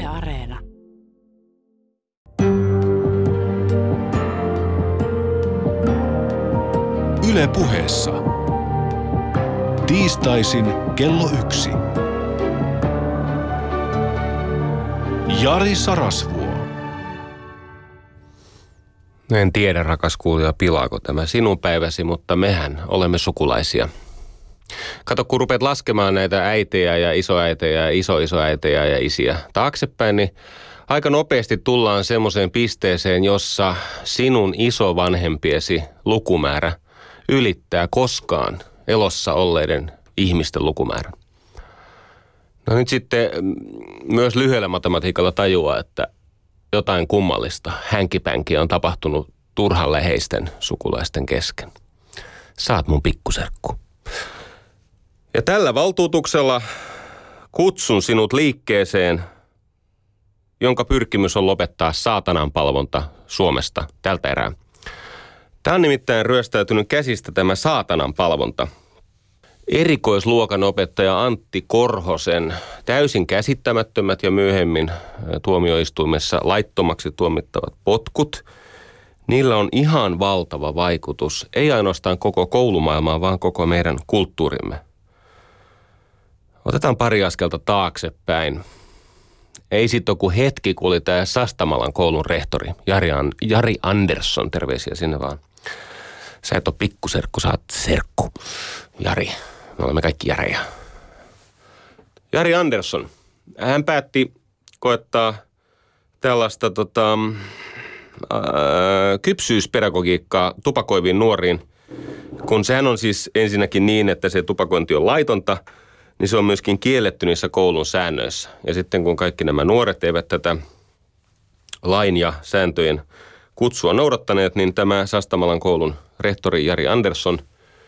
Yle Areena. Yle Puheessa. Tiistaisin kello 1. Jari Sarasvuo. En tiedä, rakas kuulija, pilaako tämä sinun päiväsi, mutta mehän olemme sukulaisia. Kato, kun rupeat laskemaan näitä äitejä ja isoäitejä ja isoisoäitejä ja isiä taaksepäin, niin aika nopeasti tullaan semmoiseen pisteeseen, jossa sinun isovanhempiesi lukumäärä ylittää koskaan elossa olleiden ihmisten lukumäärän. No nyt sitten myös lyhyellä matematiikalla tajuaa, että jotain kummallista hänkipänkiä on tapahtunut turhan läheisten sukulaisten kesken. Saat mun pikkuserkku. Ja tällä valtuutuksella kutsun sinut liikkeeseen, jonka pyrkimys on lopettaa saatanan palvonta Suomesta tältä erää. Tämä on nimittäin ryöstäytynyt käsistä tämä saatanan palvonta. Erikoisluokan opettaja Antti Korhosen täysin käsittämättömät ja myöhemmin tuomioistuimessa laittomaksi tuomittavat potkut, niillä on ihan valtava vaikutus, ei ainoastaan koko koulumaailmaan, vaan koko meidän kulttuurimme. Otetaan pari askelta taaksepäin. Ei sit ole kuin hetki, kun oli tämä Sastamalan koulun rehtori, Jari Andersson, terveisiä sinne vaan. Sä et ole pikkuserkku, sä oot serkku. Jari, me olemme kaikki Jareja. Jari Andersson, hän päätti koettaa tällaista kypsyyspedagogiikkaa tupakoiviin nuoriin. Kun sehän on siis ensinnäkin niin, että se tupakointi on laitonta, niin se on myöskin kielletty niissä koulun säännöissä. Ja sitten kun kaikki nämä nuoret eivät tätä lain ja sääntöjen kutsua noudattaneet, niin tämä Sastamalan koulun rehtori Jari Andersson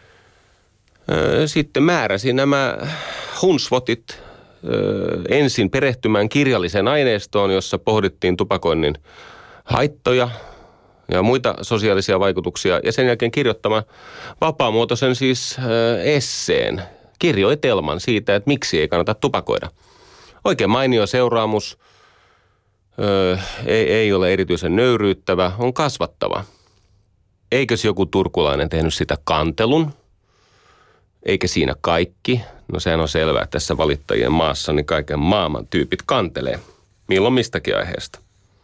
sitten määräsi nämä hunsvotit ensin perehtymään kirjalliseen aineistoon, jossa pohdittiin tupakoinnin haittoja ja muita sosiaalisia vaikutuksia, ja sen jälkeen kirjoittamaan vapaamuotoisen siis esseen, kirjoitelman siitä, että miksi ei kannata tupakoida. Oikein mainio seuraamus, ei ole erityisen nöyryyttävä, on kasvattava. Eikös joku turkulainen tehnyt sitä kantelun? Eikä siinä kaikki? No sehän on selvää, että tässä valittajien maassa niin kaiken maailman tyypit kantelee. Milloin mistäkin aiheesta.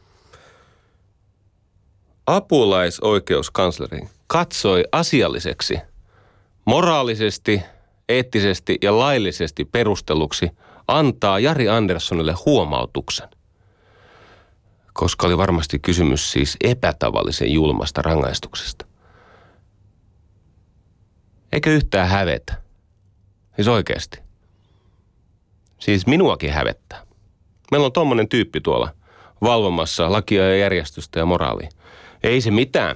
Apulaisoikeuskansleri katsoi asialliseksi, moraalisesti, eettisesti ja laillisesti perustelluksi antaa Jari Anderssonille huomautuksen. Koska oli varmasti kysymys siis epätavallisen julmasta rangaistuksesta. Eikö yhtään hävetä? Siis oikeasti. Siis minuakin hävettää. Meillä on tommonen tyyppi tuolla valvomassa lakia ja järjestystä ja moraalia. Ei se mitään.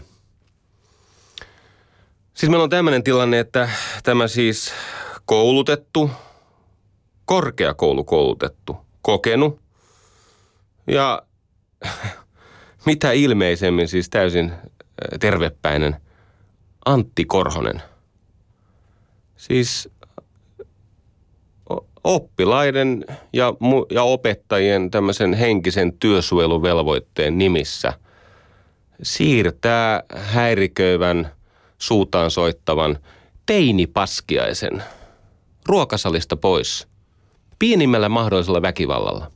Siis meillä on tämmöinen tilanne, että tämä siis koulutettu, korkeakoulukoulutettu, kokenut ja mitä ilmeisemmin siis täysin tervepäinen Antti Korhonen. Siis oppilaiden ja opettajien tämmöisen henkisen työsuojeluvelvoitteen nimissä siirtää häiriköivän, suutaan soittavan teinipaskiaisen ruokasalista pois pienimmällä mahdollisella väkivallalla.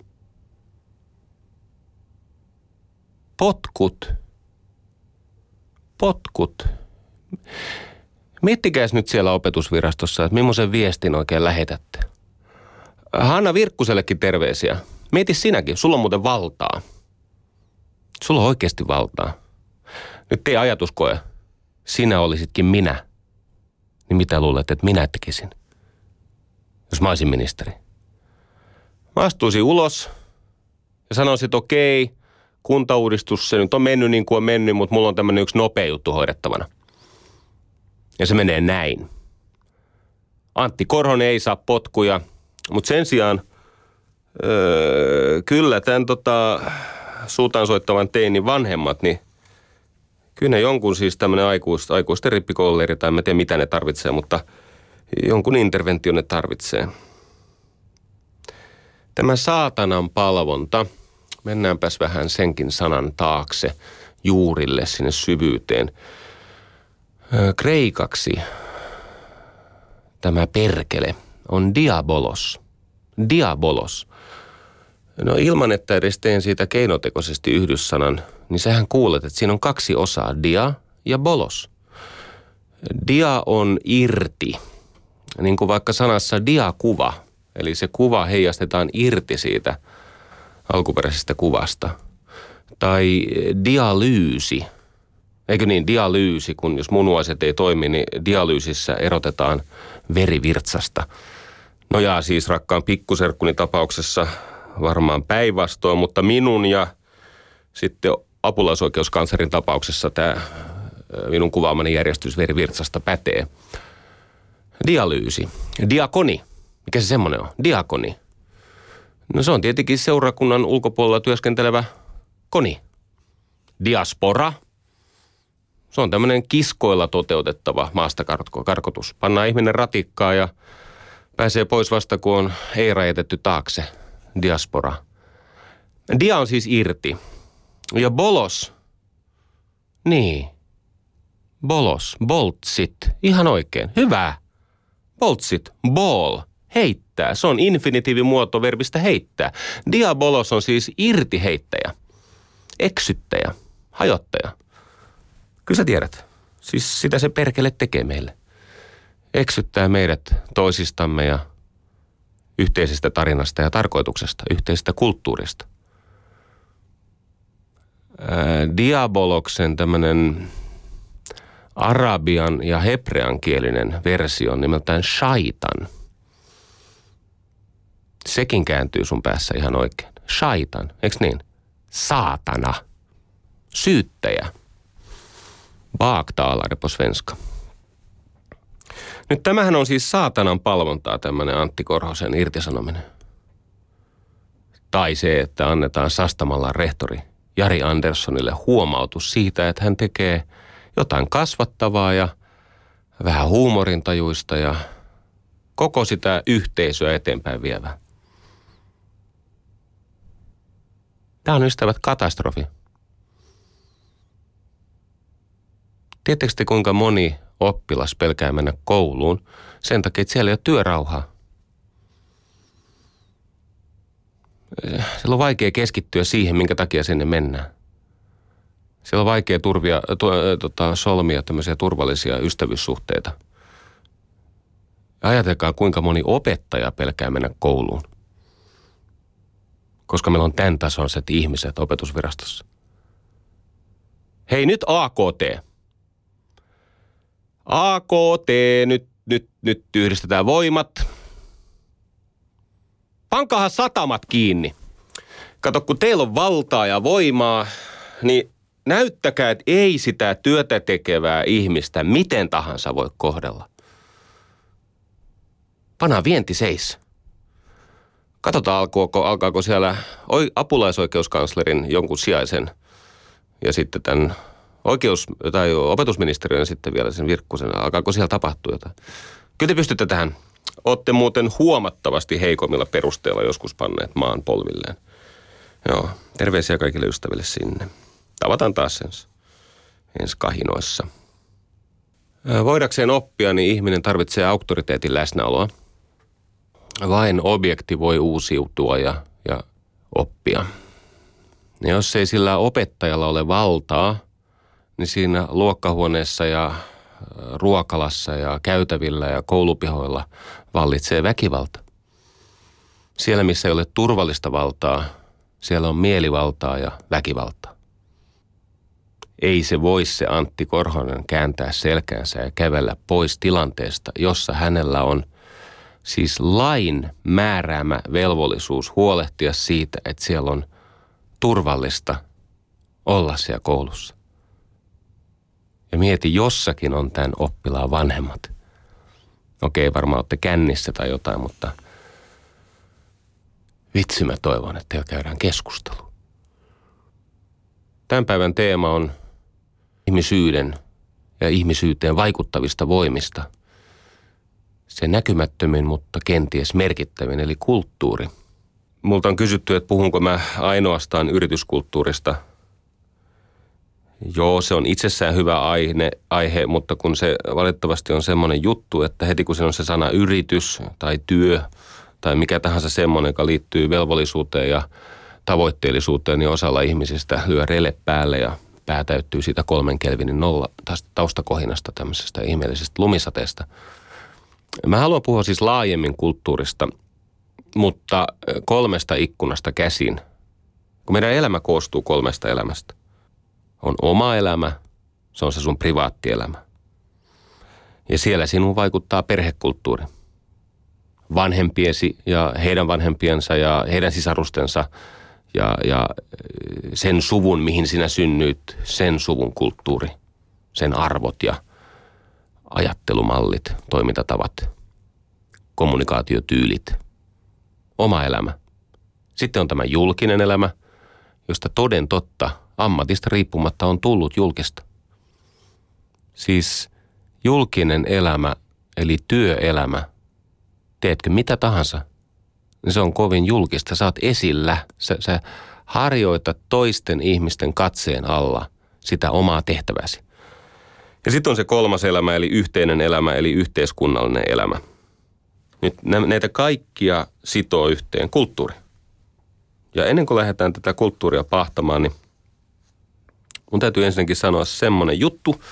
Potkut. Miettikääs nyt siellä opetusvirastossa, että millaisen viestin oikein lähetätte. Hanna Virkkusellekin terveisiä. Mieti sinäkin, sulla on muuten valtaa. Sulla on oikeasti valtaa. Nyt tee ajatuskoe. Sinä olisitkin minä. Niin mitä luulet, että minä tekisin? Jos mä olisin ministeri. Mä astuisin ulos ja sanoisin, että okei, kuntauudistus, se nyt on mennyt niin kuin on mennyt, mutta mulla on tämmöinen yksi nopea juttu hoidettavana. Ja se menee näin. Antti Korhonen ei saa potkuja, mutta sen sijaan kyllä tämän suutaan soittavan teinin vanhemmat, niin kyllä ne jonkun siis tämmöinen aikuisten rippikoululeiri, tai en tiedä mitä ne tarvitsee, mutta jonkun intervention ne tarvitsee. Tämä saatanan palvonta Mennäänpäs vähän senkin sanan taakse, juurille, sinne syvyyteen. Kreikaksi tämä perkele on diabolos. Diabolos. No ilman, että edes teen siitä keinotekoisesti yhdyssanan, niin sähän kuulet, että siinä on kaksi osaa, dia ja bolos. Dia on irti, niin kuin vaikka sanassa diakuva, eli se kuva heijastetaan irti siitä alkuperäisestä kuvasta. Tai dialyysi, eikö niin, dialyysi, kun jos munuaiset ei toimi, niin dialyysissä erotetaan veri virtsasta. No jaa, siis rakkaan pikkuserkkuni tapauksessa varmaan päinvastoin, mutta minun ja sitten apulaisoikeuskanslerin tapauksessa tämä minun kuvaamani järjestys veri virtsasta pätee. Dialyysi. Diakoni. Mikä se semmoinen on? Diakoni. No se on tietenkin seurakunnan ulkopuolella työskentelevä koni. Diaspora. Se on tämmöinen kiskoilla toteutettava maastakarkotus. Pannaan ihminen ratikkaa ja pääsee pois vasta, kun on eira jätetty taakse. Diaspora. Dia on siis irti. Ja bolos. Niin. Bolos. Boltsit. Ihan oikein. Hyvä. Boltsit. Ball. Heittää. Se on infinitiivimuoto verbistä heittää. Diabolos on siis irtiheittäjä. Eksyttäjä. Hajottaja. Kyllä sä tiedät. Siis sitä se perkele tekee meille. Eksyttää meidät toisistamme ja yhteisestä tarinasta ja tarkoituksesta, yhteisestä kulttuurista. Diaboloksen tämmöinen arabian ja hebreankielinen versio on nimeltään shaitan. Sekin kääntyy sun päässä ihan oikein. Shaitan, eikö niin? Saatana. Syyttäjä. Baktalare på svenska. Nyt tämähän on siis saatanan palvontaa, tämmöinen Antti Korhosen irtisanominen. Tai se, että annetaan Sastamalan rehtori Jari Anderssonille huomautus siitä, että hän tekee jotain kasvattavaa ja vähän huumorintajuista ja koko sitä yhteisöä eteenpäin vievää. Tämä on, ystävät, katastrofi. Tiedättekö te, kuinka moni oppilas pelkää mennä kouluun sen takia, että siellä ei ole työrauhaa? Siellä on vaikea keskittyä siihen, minkä takia sinne mennään. Siellä on vaikea solmia tämmöisiä turvallisia ystävyyssuhteita. Ajatelkaa, kuinka moni opettaja pelkää mennä kouluun. Koska meillä on tämän tasoiset ihmiset opetusvirastossa. Hei, nyt AKT. AKT, nyt yhdistetään voimat. Pankahan satamat kiinni. Kato, kun teillä on valtaa ja voimaa, niin näyttäkää, että ei sitä työtä tekevää ihmistä miten tahansa voi kohdella. Panaa vienti seis. Katsotaan, alkaako siellä apulaisoikeuskanslerin jonkun sijaisen ja sitten tämän opetusministeriön sitten vielä sen Virkkusen. Alkaako siellä tapahtua jotain? Kyllä te pystytte tähän. Olette muuten huomattavasti heikommilla perusteella joskus panneet maan polvilleen. Joo, terveisiä kaikille ystäville sinne. Tavataan taas ensi kahinoissa. Voidakseen oppia, niin ihminen tarvitsee auktoriteetin läsnäoloa. Vain objekti voi uusiutua ja oppia. Ja jos ei sillä opettajalla ole valtaa, niin siinä luokkahuoneessa ja ruokalassa ja käytävillä ja koulupihoilla vallitsee väkivalta. Siellä, missä ei ole turvallista valtaa, siellä on mielivaltaa ja väkivaltaa. Ei se voi se Antti Korhonen kääntää selkäänsä ja kävellä pois tilanteesta, jossa hänellä on siis lain määräämä velvollisuus huolehtia siitä, että siellä on turvallista olla siellä koulussa. Ja mieti, jossakin on tämän oppilaan vanhemmat. Okei, varmaan olette kännissä tai jotain, mutta vitsi mä toivon, että teillä käydään keskustelu. Tämän päivän teema on ihmisyyden ja ihmisyyteen vaikuttavista voimista. Se näkymättömin, mutta kenties merkittävin, eli kulttuuri. multa on kysytty, että puhunko mä ainoastaan yrityskulttuurista. Joo, se on itsessään hyvä aihe, mutta kun se valitettavasti on semmoinen juttu, että heti kun se on se sana yritys tai työ tai mikä tahansa semmoinen, joka liittyy velvollisuuteen ja tavoitteellisuuteen, niin osalla ihmisistä lyö rele päälle ja pää täyttyy siitä 3 kelvinin taustakohinasta, tämmöisestä ihmeellisestä lumisateesta. Mä haluan puhua siis laajemmin kulttuurista, mutta 3 ikkunasta käsin. Kun meidän elämä koostuu 3 elämästä. On oma elämä, se on se sun privaattielämä. Ja siellä sinun vaikuttaa perhekulttuuri. Vanhempiesi ja heidän vanhempiensa ja heidän sisarustensa ja sen suvun, mihin sinä synnyit, sen suvun kulttuuri, sen arvot ja ajattelumallit, toimintatavat, kommunikaatiotyylit, oma elämä. Sitten on tämä julkinen elämä, josta toden totta ammatista riippumatta on tullut julkista. Siis julkinen elämä, eli työelämä, teetkö mitä tahansa, niin se on kovin julkista. Sä oot esillä, sä harjoitat toisten ihmisten katseen alla sitä omaa tehtäväsi. Ja sitten on se 3 elämä, eli yhteinen elämä, eli yhteiskunnallinen elämä. Nyt näitä kaikkia sitoo yhteen kulttuuri. Ja ennen kuin lähdetään tätä kulttuuria pahtamaan, niin mun täytyy ensinnäkin sanoa semmoinen juttu,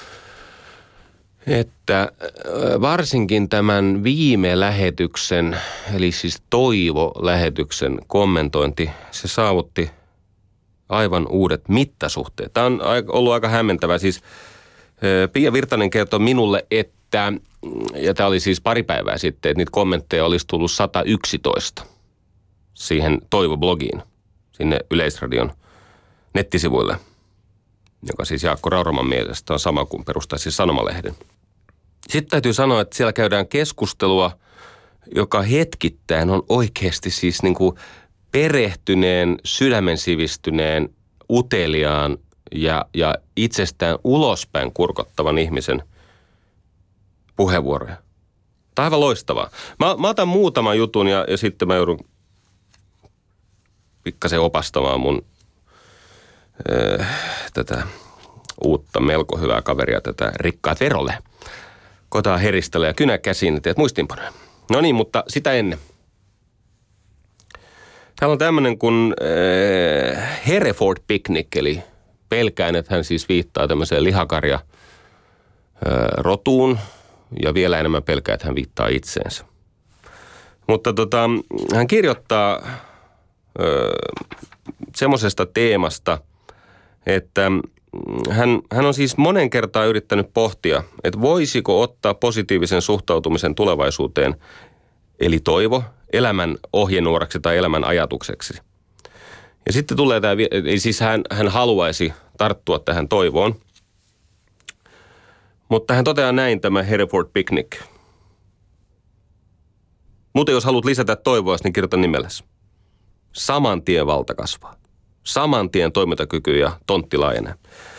että varsinkin tämän viime lähetyksen, eli siis Toivo-lähetyksen kommentointi, se saavutti aivan uudet mittasuhteet. Tämä on ollut aika hämmentävää. Siis Pia Virtanen kertoi minulle, että, ja tämä oli siis pari päivää sitten, että niitä kommentteja olisi tullut 111 siihen Toivo-blogiin, sinne Yleisradion nettisivuille, joka siis Jaakko Rauraman mielestä on sama kuin perustaisi Sanomalehden. Sitten täytyy sanoa, että siellä käydään keskustelua, joka hetkittäin on oikeasti siis niin kuin perehtyneen, sydämen sivistyneen, uteliaan ja itsestään ulospäin kurkottavan ihmisen puheenvuoroja. Tämä on aivan loistavaa. Mä otan muutaman jutun ja sitten mä joudun pikkasen opastamaan mun tätä uutta melko hyvää kaveria, tätä Rikkaat Verolle. Kotaan heristellä ja kynä käsiin, että teet muistiinpanoja. No niin, mutta sitä ennen. Täällä on tämmöinen kuin Hereford Picnic, eli pelkään, että hän siis viittaa tämmöiseen lihakarja rotuun ja vielä enemmän pelkää, että hän viittaa itseensä. Mutta hän kirjoittaa semmoisesta teemasta, että hän on siis monen kertaa yrittänyt pohtia, että voisiko ottaa positiivisen suhtautumisen tulevaisuuteen, eli toivo, elämän ohjenuoraksi tai elämän ajatukseksi. Ja sitten tulee tämä, siis hän haluaisi tarttua tähän toivoon, mutta hän toteaa näin tämä Hereford Picnic. Mutta jos haluat lisätä toivoa, niin kirjoita nimelläsi. Saman tien valta kasvaa. Saman tien toimintakyky ja tontti laajenee.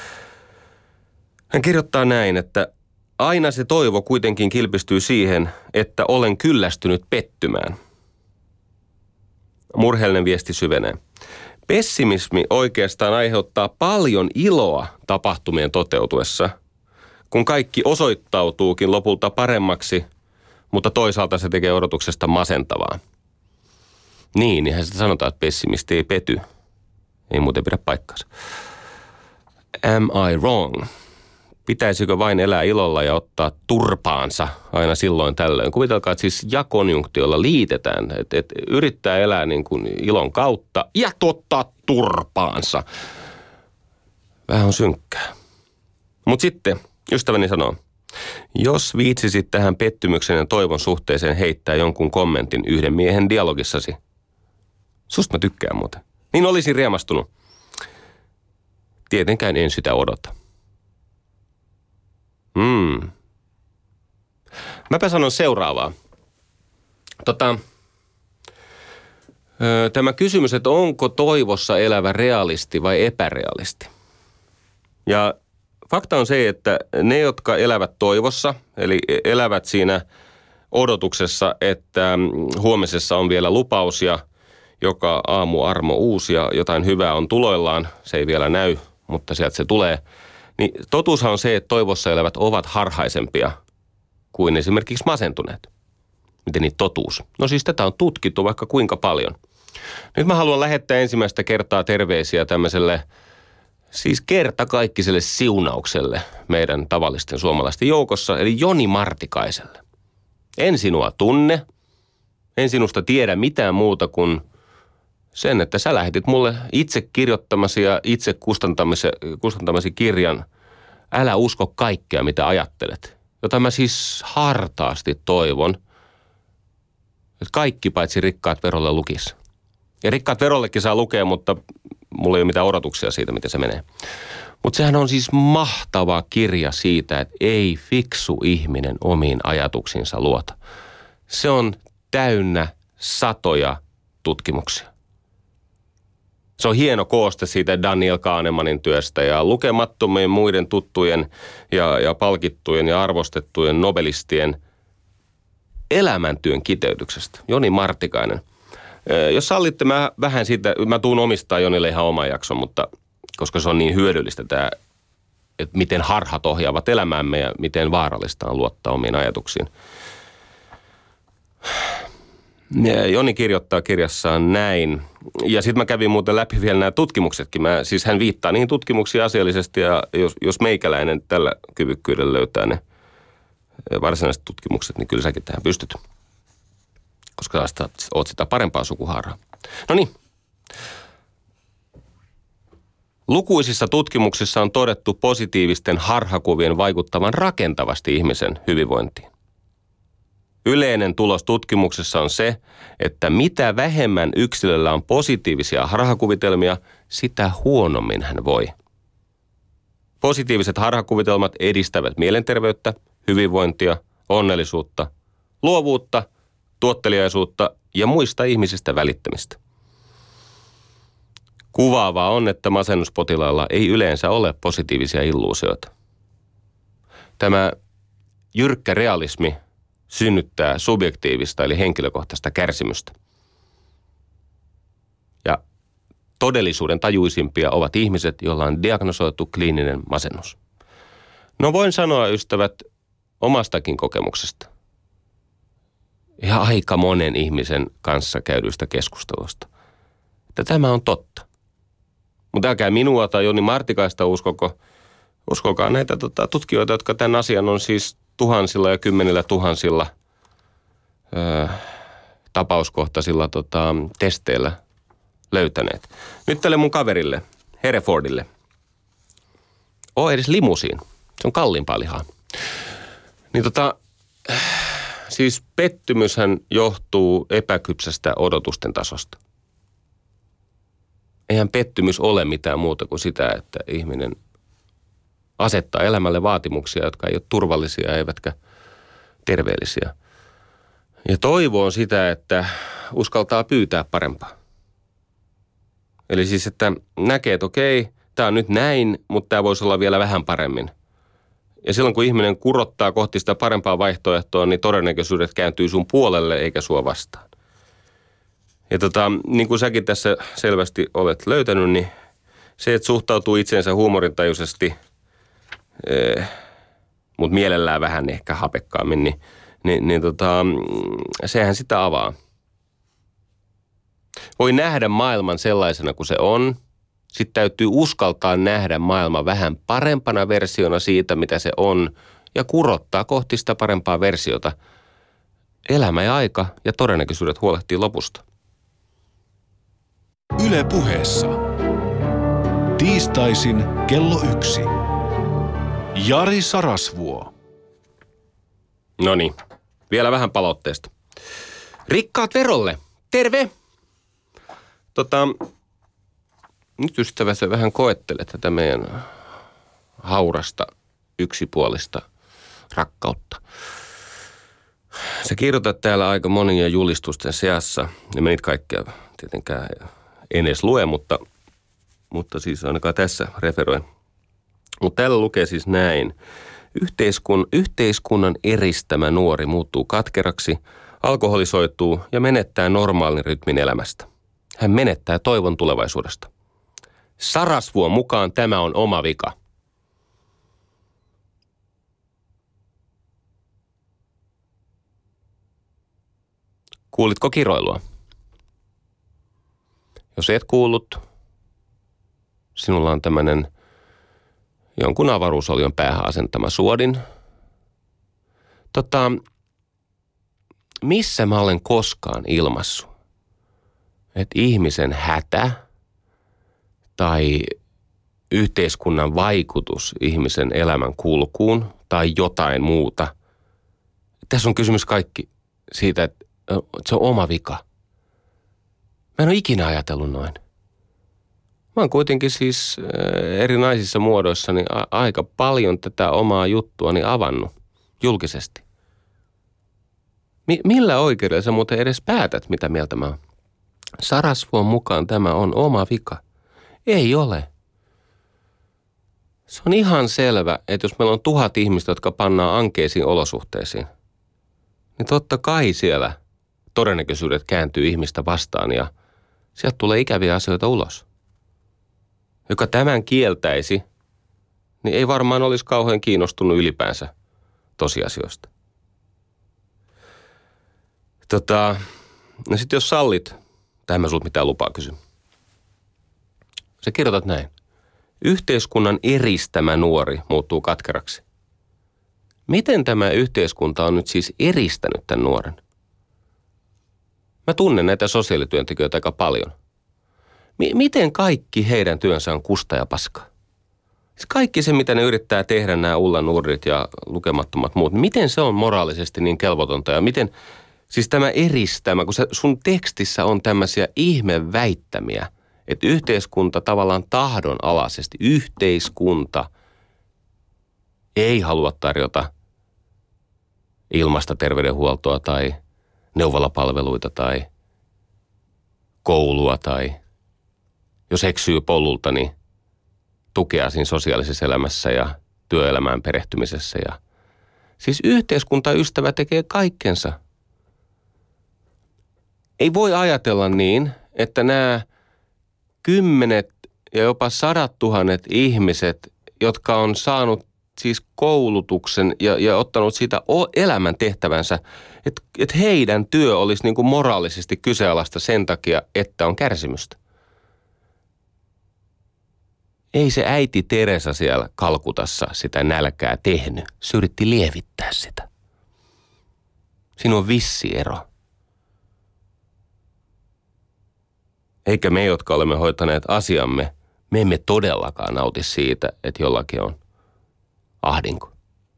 Hän kirjoittaa näin, että aina se toivo kuitenkin kilpistyy siihen, että olen kyllästynyt pettymään. Murheellinen viesti syvenee. Pessimismi oikeastaan aiheuttaa paljon iloa tapahtumien toteutuessa, kun kaikki osoittautuukin lopulta paremmaksi, mutta toisaalta se tekee odotuksesta masentavaa. Niinhän sitä sanotaan, että pessimisti ei pety. Ei muuten pidä paikkaansa. Am I wrong? Pitäisikö vain elää ilolla ja ottaa turpaansa aina silloin tällöin? Kuvitelkaa, että siis ja-konjunktiolla liitetään, että yrittää elää niin kuin ilon kautta ja ottaa turpaansa. Vähän on synkkää. Mutta sitten ystäväni sanoo, jos viitsisit tähän pettymyksen ja toivon suhteeseen heittää jonkun kommentin yhden miehen dialogissasi. Susta mä tykkään muuten. Niin olisin riemastunut. Tietenkään en sitä odota. Mäpä sanon seuraavaa. Tämä kysymys, että onko toivossa elävä realisti vai epärealisti? Ja fakta on se, että ne, jotka elävät toivossa, eli elävät siinä odotuksessa, että huomisessa on vielä lupaus ja joka aamu armo uusi ja jotain hyvää on tuloillaan. Se ei vielä näy, mutta sieltä se tulee. Niin totuushan on se, että toivossa elävät ovat harhaisempia kuin esimerkiksi masentuneet. Miten niin totuus? No siis tätä on tutkittu vaikka kuinka paljon. Nyt mä haluan lähettää ensimmäistä kertaa terveisiä tämmöiselle siis kertakaikkiselle siunaukselle meidän tavallisten suomalaisten joukossa, eli Joni Martikaiselle. En sinua tunne, en sinusta tiedä mitään muuta kuin sen, että sä lähetit mulle itse kirjoittamasi ja itse kustantamasi kirjan Älä usko kaikkea, mitä ajattelet, jota mä siis hartaasti toivon, että kaikki paitsi Rikkaat verolle lukisi. Ja Rikkaat verollekin saa lukea, mutta mulla ei ole mitään odotuksia siitä, miten se menee. Mutta sehän on siis mahtava kirja siitä, että ei fiksu ihminen omiin ajatuksiinsa luota. Se on täynnä satoja tutkimuksia. Se on hieno kooste siitä Daniel Kahnemanin työstä ja lukemattomien muiden tuttujen ja palkittujen ja arvostettujen nobelistien elämäntyön kiteytyksestä. Joni Martikainen. Jos sallitte, vähän siitä, mä tuun omistaa Jonille ihan oman jakson, mutta koska se on niin hyödyllistä tämä, että miten harhat ohjaavat elämäämme ja miten vaarallista on luottaa omiin ajatuksiin. Joni kirjoittaa kirjassaan näin. Ja sitten mä kävin muuten läpi vielä nämä tutkimuksetkin. Siis hän viittaa niihin tutkimuksiin asiallisesti ja jos meikäläinen tällä kyvykkyydellä löytää ne varsinaiset tutkimukset, niin kyllä säkin tähän pystyt. Koska sä oot sitä parempaa sukuhaaraa. No niin. Lukuisissa tutkimuksissa on todettu positiivisten harhakuvien vaikuttavan rakentavasti ihmisen hyvinvointiin. Yleinen tulos tutkimuksessa on se, että mitä vähemmän yksilöllä on positiivisia harhakuvitelmia, sitä huonommin hän voi. Positiiviset harhakuvitelmat edistävät mielenterveyttä, hyvinvointia, onnellisuutta, luovuutta, tuotteliaisuutta ja muista ihmisistä välittämistä. Kuvaavaa on, että masennuspotilailla ei yleensä ole positiivisia illuusioita. Tämä jyrkkä realismi synnyttää subjektiivista eli henkilökohtaista kärsimystä. Ja todellisuuden tajuisimpia ovat ihmiset, joilla on diagnosoitu kliininen masennus. No voin sanoa, ystävät, omastakin kokemuksesta. Ja aika monen ihmisen kanssa käydyistä keskustelusta. Että tämä on totta. Mutta älkää minua tai Joni Martikaista uskokaa näitä tutkijoita, jotka tämän asian on siis tuhansilla ja kymmenillä tuhansilla tapauskohtaisilla testeillä löytäneet. Nyt tälle mun kaverille, Herefordille. Oo edes limusiin. Se on kalliimpaa lihaa. Niin siis pettymyshän johtuu epäkypsästä odotusten tasosta. Eihän pettymys ole mitään muuta kuin sitä, että ihminen asettaa elämälle vaatimuksia, jotka ei ole turvallisia eivätkä terveellisiä. Ja toivo on sitä, että uskaltaa pyytää parempaa. Eli siis, että näkee, että okei, tämä on nyt näin, mutta tämä voisi olla vielä vähän paremmin. Ja silloin, kun ihminen kurottaa kohti sitä parempaa vaihtoehtoa, niin todennäköisyydet kääntyy sun puolelle eikä sua vastaan. Ja niin kuin säkin tässä selvästi olet löytänyt, niin se, että suhtautuu itseensä huumorintajuisesti, mutta mielellään vähän ehkä hapekkaammin, niin sehän sitä avaa. Voi nähdä maailman sellaisena kuin se on. Sitten täytyy uskaltaa nähdä maailma vähän parempana versiona siitä, mitä se on, ja kurottaa kohti sitä parempaa versiota. Elämä ja aika ja todennäköisyydet huolehtii lopusta. Yle Puheessa. Tiistaisin kello 1. Jari Sarasvuo. Noniin, vielä vähän palautteesta. Rikkaat verolle. Terve! Nyt ystävä, sä vähän koettelet tätä meidän haurasta, yksipuolista rakkautta. Sä kirjoitat täällä aika monia julistusten seassa. Ja me niitä kaikkia tietenkään en edes lue, mutta siis ainakaan tässä referoin. Mutta täällä lukee siis näin. Yhteiskunnan eristämä nuori muuttuu katkeraksi, alkoholisoituu ja menettää normaalin rytmin elämästä. hän menettää toivon tulevaisuudesta. Sarasvuon mukaan tämä on oma vika. Kuulitko kiroilua? Jos et kuullut, sinulla on tämmöinen jonkun avaruusolion päähän asentama suodin. Missä mä olen koskaan ilmassut, että ihmisen hätä tai yhteiskunnan vaikutus ihmisen elämän kulkuun tai jotain muuta. Tässä on kysymys kaikki siitä, että se on oma vika. Mä en ole ikinä ajatellut noin. Mä oon kuitenkin siis erinäisissä muodoissani aika paljon tätä omaa juttuani avannut julkisesti. Millä oikeudella sä muuten edes päätät, mitä mieltä mä oon? Sarasvuon mukaan tämä on oma vika. Ei ole. Se on ihan selvä, että jos meillä on 1000 ihmistä, jotka pannaan ankeisiin olosuhteisiin, niin totta kai siellä todennäköisyydet kääntyy ihmistä vastaan ja sieltä tulee ikäviä asioita ulos. Joka tämän kieltäisi, niin ei varmaan olisi kauhean kiinnostunut ylipäänsä tosiasioista. No sitten jos sallit, tähän mä sulta mitään lupaa kysy. Sä kirjoitat näin. Yhteiskunnan eristämä nuori muuttuu katkeraksi. Miten tämä yhteiskunta on nyt siis eristänyt tämän nuoren? Mä tunnen näitä sosiaalityöntekijöitä aika paljon. Miten kaikki heidän työnsä on kusta ja paska? Siis kaikki se, mitä ne yrittää tehdä, nämä Ullan Nurrit ja lukemattomat muut, miten se on moraalisesti niin kelvotonta ja miten, siis tämä eristämä, kun sun tekstissä on tämmöisiä ihmeväittämiä, että yhteiskunta tavallaan tahdonalaisesti, yhteiskunta ei halua tarjota ilmaista terveydenhuoltoa tai neuvolapalveluita tai koulua tai jos eksyy polulta, niin tukea siinä sosiaalisessa elämässä ja työelämään perehtymisessä. Ja siis yhteiskuntaystävä tekee kaikkensa. Ei voi ajatella niin, että nämä 10 ja jopa 100 000 ihmiset, jotka on saanut siis koulutuksen ja ottanut siitä elämän tehtävänsä, että heidän työ olisi niin kuin moraalisesti kyseenalaista sen takia, että on kärsimystä. Ei se äiti Teresa siellä Kalkutassa sitä nälkää tehnyt. Se yritti lievittää sitä. Siinä on vissi ero. Eikä me, jotka olemme hoitaneet asiamme, me emme todellakaan nauti siitä, että jollakin on ahdinko.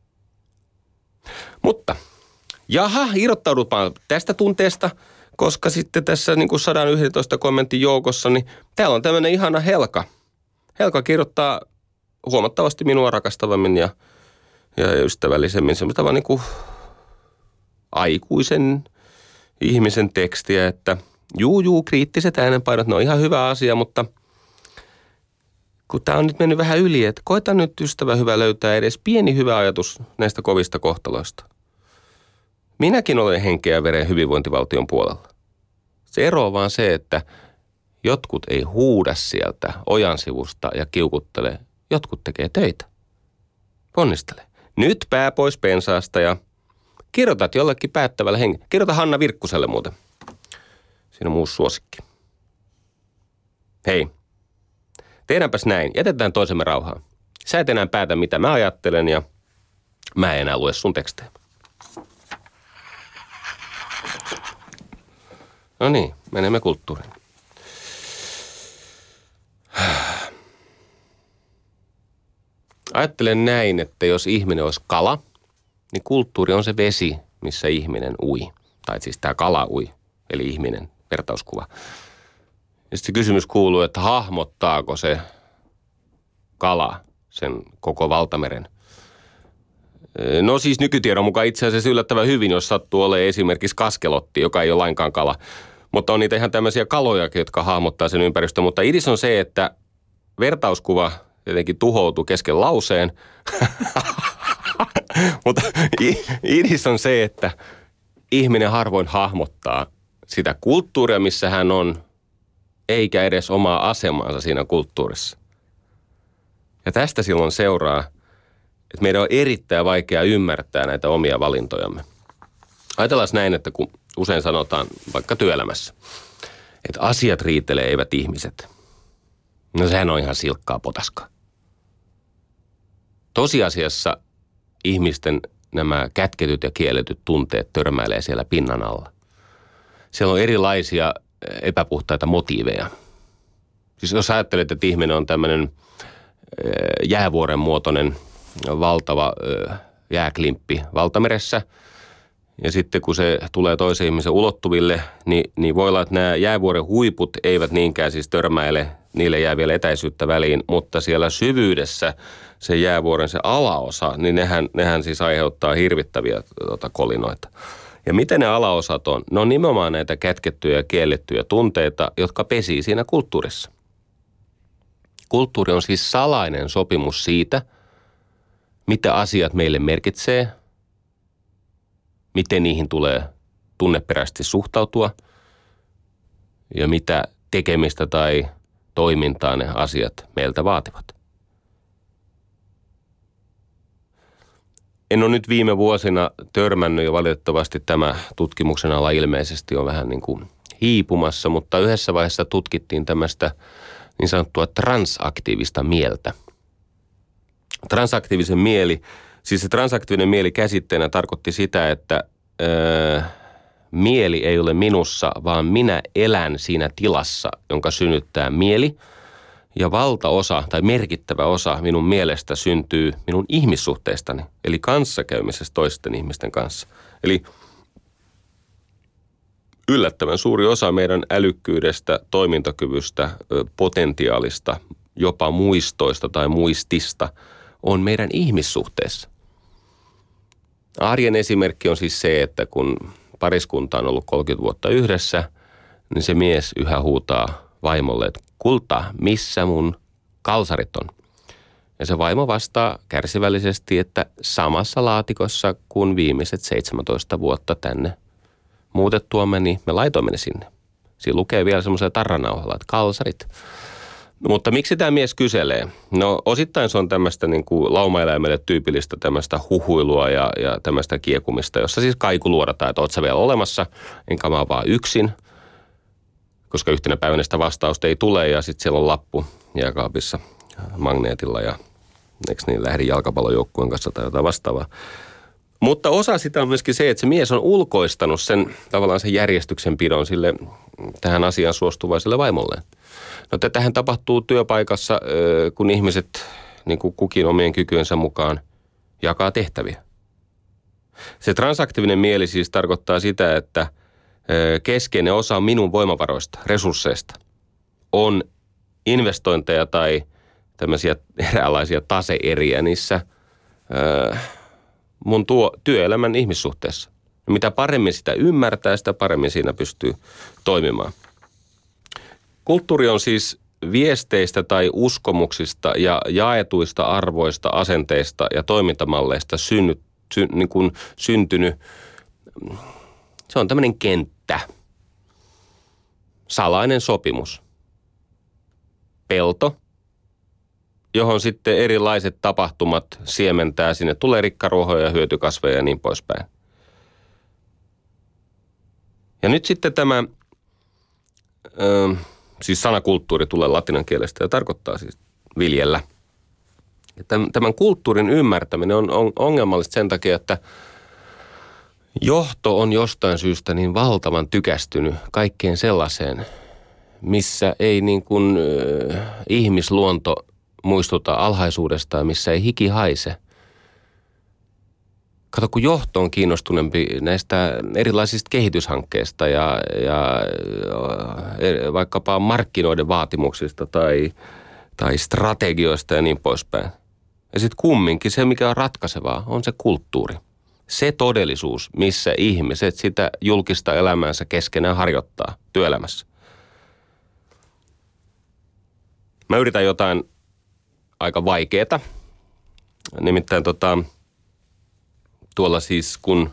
Mutta, irrottaudutpaan tästä tunteesta, koska sitten tässä niin kuin 111 kommentin joukossa, niin täällä on tämmöinen ihana Helka. Helka kirjoittaa huomattavasti minua rakastavammin ja ystävällisemmin semmoista vaan niin kuin aikuisen ihmisen tekstiä, että kriittiset äänenpainot, ne on ihan hyvä asia, mutta kun tämä on nyt mennyt vähän yli, että koeta nyt ystävä hyvä löytää edes pieni hyvä ajatus näistä kovista kohtaloista. Minäkin olen henkeä ja veren hyvinvointivaltion puolella. Se ero on vaan se, että jotkut ei huuda sieltä ojan sivusta ja kiukuttele. Jotkut tekee töitä. Ponnistele. Nyt pää pois pensaasta ja kirjoitat jollekin päättävällä hengellä. Kirjoita Hanna Virkkuselle muuten. Siinä on uusi suosikki. Hei, tehdäänpäs näin. Jätetään toisemme rauhaan. Sä et enää päätä, mitä mä ajattelen ja mä en enää lue sun tekstejä. No niin, menemme kulttuuriin. Ajattelen näin, että jos ihminen olisi kala, niin kulttuuri on se vesi, missä ihminen ui. Tai siis tämä kala ui, eli ihminen, vertauskuva. Ja sitten se kysymys kuuluu, että hahmottaako se kala sen koko valtameren? No siis nykytiedon mukaan itse asiassa yllättävän hyvin, jos sattuu olemaan esimerkiksi kaskelotti, joka ei ole lainkaan kala. Mutta on niitä ihan tämmöisiä kalojakin, jotka hahmottaa sen ympäristön. Mutta idis on se, että vertauskuva jotenkin tuhoutuu kesken lauseen. Mutta idis on se, että ihminen harvoin hahmottaa sitä kulttuuria, missä hän on, eikä edes omaa asemaansa siinä kulttuurissa. Ja tästä silloin seuraa, että meidän on erittäin vaikea ymmärtää näitä omia valintojamme. Ajatellaan näin, että kun usein sanotaan vaikka työelämässä, että asiat riitelee, eivät ihmiset. No sehän on ihan silkkaa potaskaa. Tosiasiassa ihmisten nämä kätketyt ja kielletyt tunteet törmäilee siellä pinnan alla. Siellä on erilaisia epäpuhtaita motiiveja. Siis jos ajattelet, että ihminen on tämmöinen jäävuoren muotoinen valtava jääklimppi valtameressä, ja sitten kun se tulee toisen ihmisen ulottuville, niin voi olla, että nämä jäävuoren huiput eivät niinkään siis törmäile, niille jää vielä etäisyyttä väliin, mutta siellä syvyydessä se jäävuoren se alaosa, niin nehän siis aiheuttaa hirvittäviä kolinoita. Ja miten ne alaosat on? Ne on nimenomaan näitä kätkettyjä ja kiellettyjä tunteita, jotka pesii siinä kulttuurissa. Kulttuuri on siis salainen sopimus siitä, mitä asiat meille merkitsee, miten niihin tulee tunneperäisesti suhtautua ja mitä tekemistä tai toimintaa ne asiat meiltä vaativat. En ole nyt viime vuosina törmännyt ja valitettavasti tämä tutkimuksen ala ilmeisesti on vähän niin kuin hiipumassa, mutta yhdessä vaiheessa tutkittiin tämmöistä niin sanottua transaktiivista mieltä. Transaktiivisen mieli, siis se transaktiivinen mieli käsitteenä tarkoitti sitä, että mieli ei ole minussa, vaan minä elän siinä tilassa, jonka synnyttää mieli. Ja valtaosa tai merkittävä osa minun mielestä syntyy minun ihmissuhteistani, eli kanssakäymisessä toisten ihmisten kanssa. Eli yllättävän suuri osa meidän älykkyydestä, toimintakyvystä, potentiaalista, jopa muistoista tai muistista on meidän ihmissuhteessa. Arjen esimerkki on siis se, että kun pariskunta on ollut 30 vuotta yhdessä, niin se mies yhä huutaa vaimolle, että kulta, missä mun kalsarit on? Ja se vaimo vastaa kärsivällisesti, että samassa laatikossa kuin viimeiset 17 vuotta tänne muutettuamme, niin me laitoimme ne sinne. Siinä lukee vielä semmoisella tarranauhalla, että kalsarit. No, mutta miksi tämä mies kyselee? No osittain se on tämmöistä niin kuin laumaeläimelle tyypillistä tämmöistä huhuilua ja tämmöistä kiekumista, jossa siis kaiku luodataan, että oot sä vielä olemassa, enkä mä oon vaan yksin. Koska yhtenä päivänä sitä vastausta ei tule ja sitten siellä on lappu jääkaapissa magneetilla ja eikö niin lähdin jalkapallojoukkueen kanssa tai jotain vastaavaa. Mutta osa sitä on myöskin se, että se mies on ulkoistanut sen tavallaan sen järjestyksenpidon sille tähän asiaan suostuvaiselle vaimolleen. No tätähän tapahtuu työpaikassa, kun ihmiset niin kuin kukin omien kykyensä mukaan jakaa tehtäviä. Se transaktiivinen mieli siis tarkoittaa sitä, että keskeinen osa minun voimavaroista, resursseista, on investointeja tai tämmöisiä eräänlaisia taseeriä niissä mun työelämän ihmissuhteessa. Mitä paremmin sitä ymmärtää, sitä paremmin siinä pystyy toimimaan. Kulttuuri on siis viesteistä tai uskomuksista ja jaetuista arvoista, asenteista ja toimintamalleista syntynyt. Se on tämmöinen kenttä, salainen sopimus, pelto, johon sitten erilaiset tapahtumat siementää. Sinne tulee rikkaruohoja, hyötykasveja ja niin poispäin. Ja nyt sitten tämä, siis sanakulttuuri tulee latinan kielestä ja tarkoittaa siis viljellä. Ja tämän kulttuurin ymmärtäminen on ongelmallista sen takia, että johto on jostain syystä niin valtavan tykästynyt kaikkeen sellaiseen, missä ei niin kuin ihmisluonto muistuta alhaisuudestaan, missä ei hiki haise. Kato, kun johto on kiinnostuneempi näistä erilaisista kehityshankkeista ja vaikkapa markkinoiden vaatimuksista tai strategioista ja niin poispäin. Ja sitten kumminkin se, mikä on ratkaisevaa, on se kulttuuri. Se todellisuus, missä ihmiset sitä julkista elämäänsä keskenään harjoittaa työelämässä. Mä yritän jotain aika vaikeeta. Nimittäin tuolla siis kun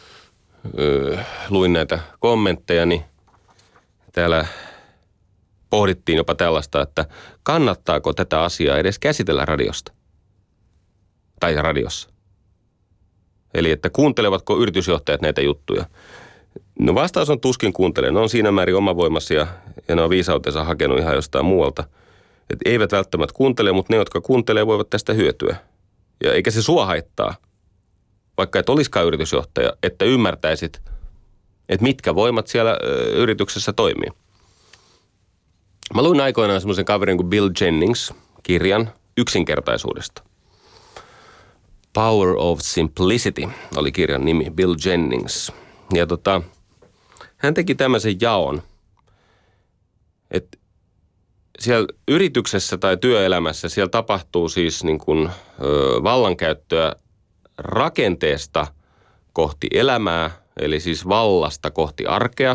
luin näitä kommentteja, niin täällä pohdittiin jopa tällaista, että kannattaako tätä asiaa edes käsitellä radiosta tai radiossa. Eli että kuuntelevatko yritysjohtajat näitä juttuja. No vastaus on tuskin kuuntelee. Ne on siinä määrin omavoimaisia ja ne on viisautensa hakenut ihan jostain muualta. Että eivät välttämättä kuuntele, mutta ne, jotka kuuntelee, voivat tästä hyötyä. Ja eikä se sua haittaa, vaikka et olisikaan yritysjohtaja, että ymmärtäisit, että mitkä voimat siellä yrityksessä toimii. Mä luin aikoinaan semmoisen kaverin kuin Bill Jennings kirjan yksinkertaisuudesta. Power of Simplicity oli kirjan nimi, Bill Jennings. Ja hän teki tämmöisen jaon, että siellä yrityksessä tai työelämässä siellä tapahtuu siis niin kuin vallankäyttöä rakenteesta kohti elämää, eli siis vallasta kohti arkea.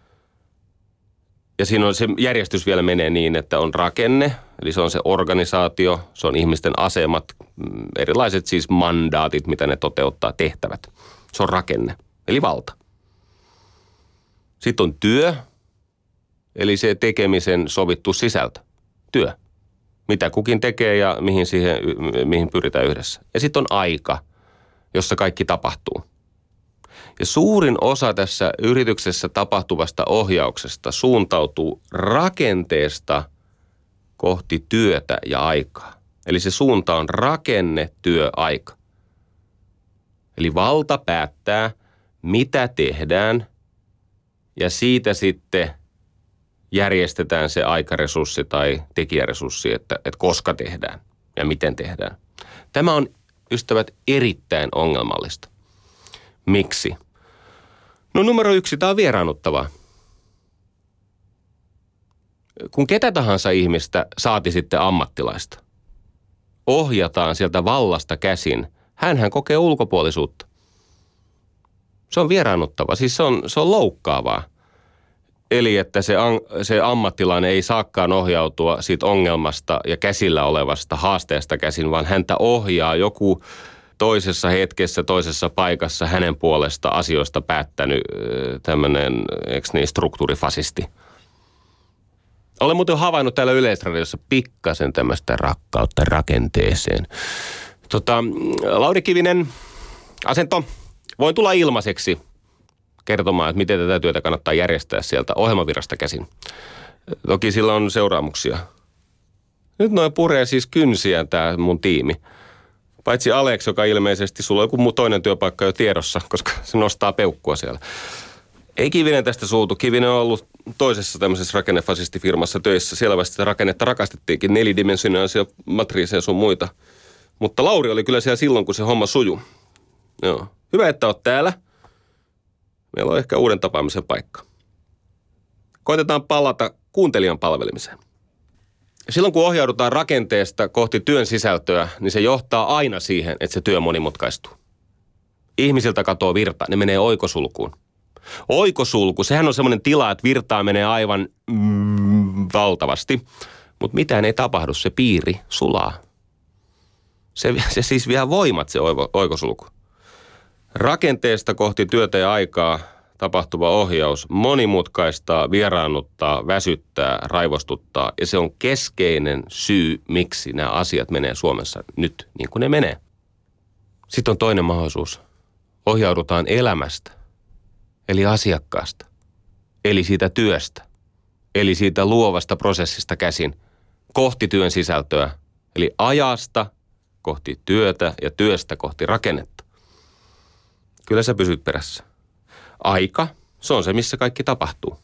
Ja siinä on se järjestys vielä menee niin, että on rakenne, eli se on se organisaatio, se on ihmisten asemat, erilaiset siis mandaatit, mitä ne toteuttaa, tehtävät. Se on rakenne, eli valta. Sitten on työ, eli se tekemisen sovittu sisältö, työ. Mitä kukin tekee ja mihin pyritään yhdessä. Ja sitten on aika, jossa kaikki tapahtuu. Ja suurin osa tässä yrityksessä tapahtuvasta ohjauksesta suuntautuu rakenteesta kohti työtä ja aikaa. Eli se suunta on rakenne, työ, aika. Eli valta päättää, mitä tehdään ja siitä sitten järjestetään se aikaresurssi tai tekijäresurssi, että koska tehdään ja miten tehdään. Tämä on, ystävät, erittäin ongelmallista. Miksi? No numero 1, tämä on vieraannuttavaa. Kun ketä tahansa ihmistä, saati sitten ammattilaista, ohjataan sieltä vallasta käsin, hänhän kokee ulkopuolisuutta. Se on vieraannuttavaa, siis se on loukkaavaa. Eli että se ammattilainen ei saakaan ohjautua siitä ongelmasta ja käsillä olevasta haasteesta käsin, vaan häntä ohjaa joku toisessa hetkessä, toisessa paikassa hänen puolesta asioista päättänyt tämmöinen, eikö niin, struktuurifasisti. Olen muuten havainnut täällä Yleisradiossa pikkasen tämmöistä rakkautta rakenteeseen. Lauri Kivinen, asento. Voin tulla ilmaiseksi kertomaan, että miten tätä työtä kannattaa järjestää sieltä ohjelmavirasta käsin. Toki sillä on seuraamuksia. Nyt noin puree siis kynsiä tämä mun tiimi. Paitsi Alex, joka ilmeisesti sulla on joku toinen työpaikka jo tiedossa, koska se nostaa peukkua siellä. Ei Kivinen tästä suutu. Kivinen on ollut toisessa tämmöisessä rakennefasistifirmassa töissä. Siellä vasta rakennetta rakastettiinkin, 4-dimensionaalisia matriiseja sun muita. Mutta Lauri oli kyllä siellä silloin, kun se homma sujuu. Joo. Hyvä, että oot täällä. Meillä on ehkä uuden tapaamisen paikka. Koitetaan palata kuuntelijan palvelemiseen. Silloin kun ohjaudutaan rakenteesta kohti työn sisältöä, niin se johtaa aina siihen, että se työ monimutkaistuu. Ihmisiltä katoaa virta, ne menee oikosulkuun. Oikosulku, sehän on semmoinen tila, että virtaa menee aivan valtavasti, mutta mitään ei tapahdu, se piiri sulaa. Se siis vie voimat se oikosulku. Rakenteesta kohti työtä ja aikaa tapahtuva ohjaus monimutkaistaa, vieraannuttaa, väsyttää, raivostuttaa ja se on keskeinen syy, miksi nämä asiat menee Suomessa nyt niin kuin ne menee. Sitten on toinen mahdollisuus. Ohjaudutaan elämästä, eli asiakkaasta, eli siitä työstä, eli siitä luovasta prosessista käsin kohti työn sisältöä, eli ajasta kohti työtä ja työstä kohti rakennetta. Kyllä sä pysyt perässä. Aika, se on se, missä kaikki tapahtuu.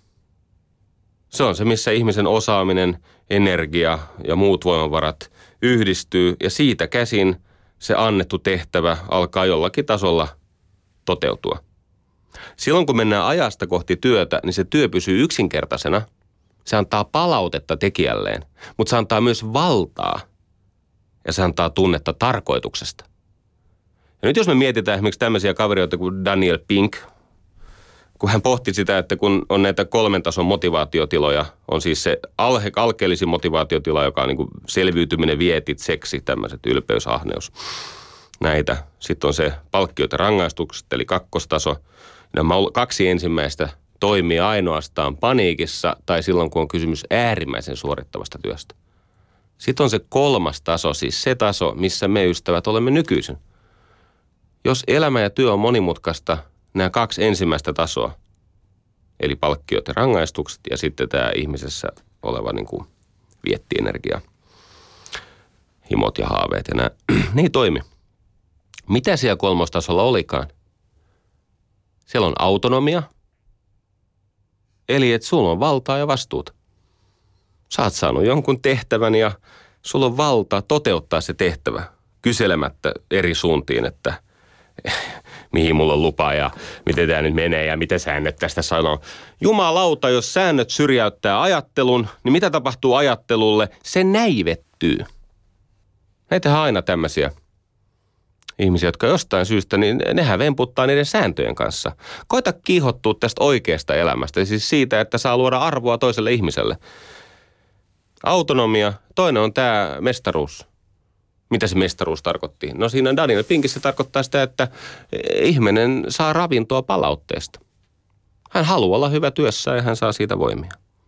Se on se, missä ihmisen osaaminen, energia ja muut voimavarat yhdistyy ja siitä käsin se annettu tehtävä alkaa jollakin tasolla toteutua. Silloin kun mennään ajasta kohti työtä, niin se työ pysyy yksinkertaisena. Se antaa palautetta tekijälleen, mutta se antaa myös valtaa ja se antaa tunnetta tarkoituksesta. Ja nyt jos me mietitään esimerkiksi tämmöisiä kaverioita kuin Daniel Pink, kun hän pohti sitä, että kun on näitä 3 tason motivaatiotiloja, on siis se alkeellisin motivaatiotila, joka on niin kuin selviytyminen, vietit, seksi, tämmöiset ylpeys, ahneus, näitä. Sitten on se palkkiot ja rangaistukset, eli 2. taso. Nämä 2 ensimmäistä toimii ainoastaan paniikissa tai silloin, kun on kysymys äärimmäisen suorittavasta työstä. Sitten on se kolmas taso, siis se taso, missä me ystävät olemme nykyisin. Jos elämä ja työ on monimutkaista, nämä kaksi ensimmäistä tasoa, eli palkkiot ja rangaistukset ja sitten tämä ihmisessä oleva niin kuin viettienergia, himot ja haaveet ja nämä, ne ei toimi. Mitä siellä kolmostasolla olikaan? Siellä on autonomia, eli että sulla on valtaa ja vastuuta. Sä oot saanut jonkun tehtävän ja sulla on valta toteuttaa se tehtävä kyselemättä eri suuntiin, että mihin mulla on lupa ja miten tämä nyt menee ja mitä säännöt tästä sanoo. Jumalauta, jos säännöt syrjäyttää ajattelun, niin mitä tapahtuu ajattelulle? Se näivettyy. Näitähän on aina tämmöisiä ihmisiä, jotka jostain syystä, niin nehän vemputtaa niiden sääntöjen kanssa. Koita kiihottua tästä oikeasta elämästä, siis siitä, että saa luoda arvoa toiselle ihmiselle. Autonomia, toinen on tämä mestaruus. Mitä se mestaruus tarkoitti? No siinä Daniel Pinkissä tarkoittaa sitä, että ihminen saa ravintoa palautteesta. Hän haluaa olla hyvä työssä ja hän saa siitä voimia.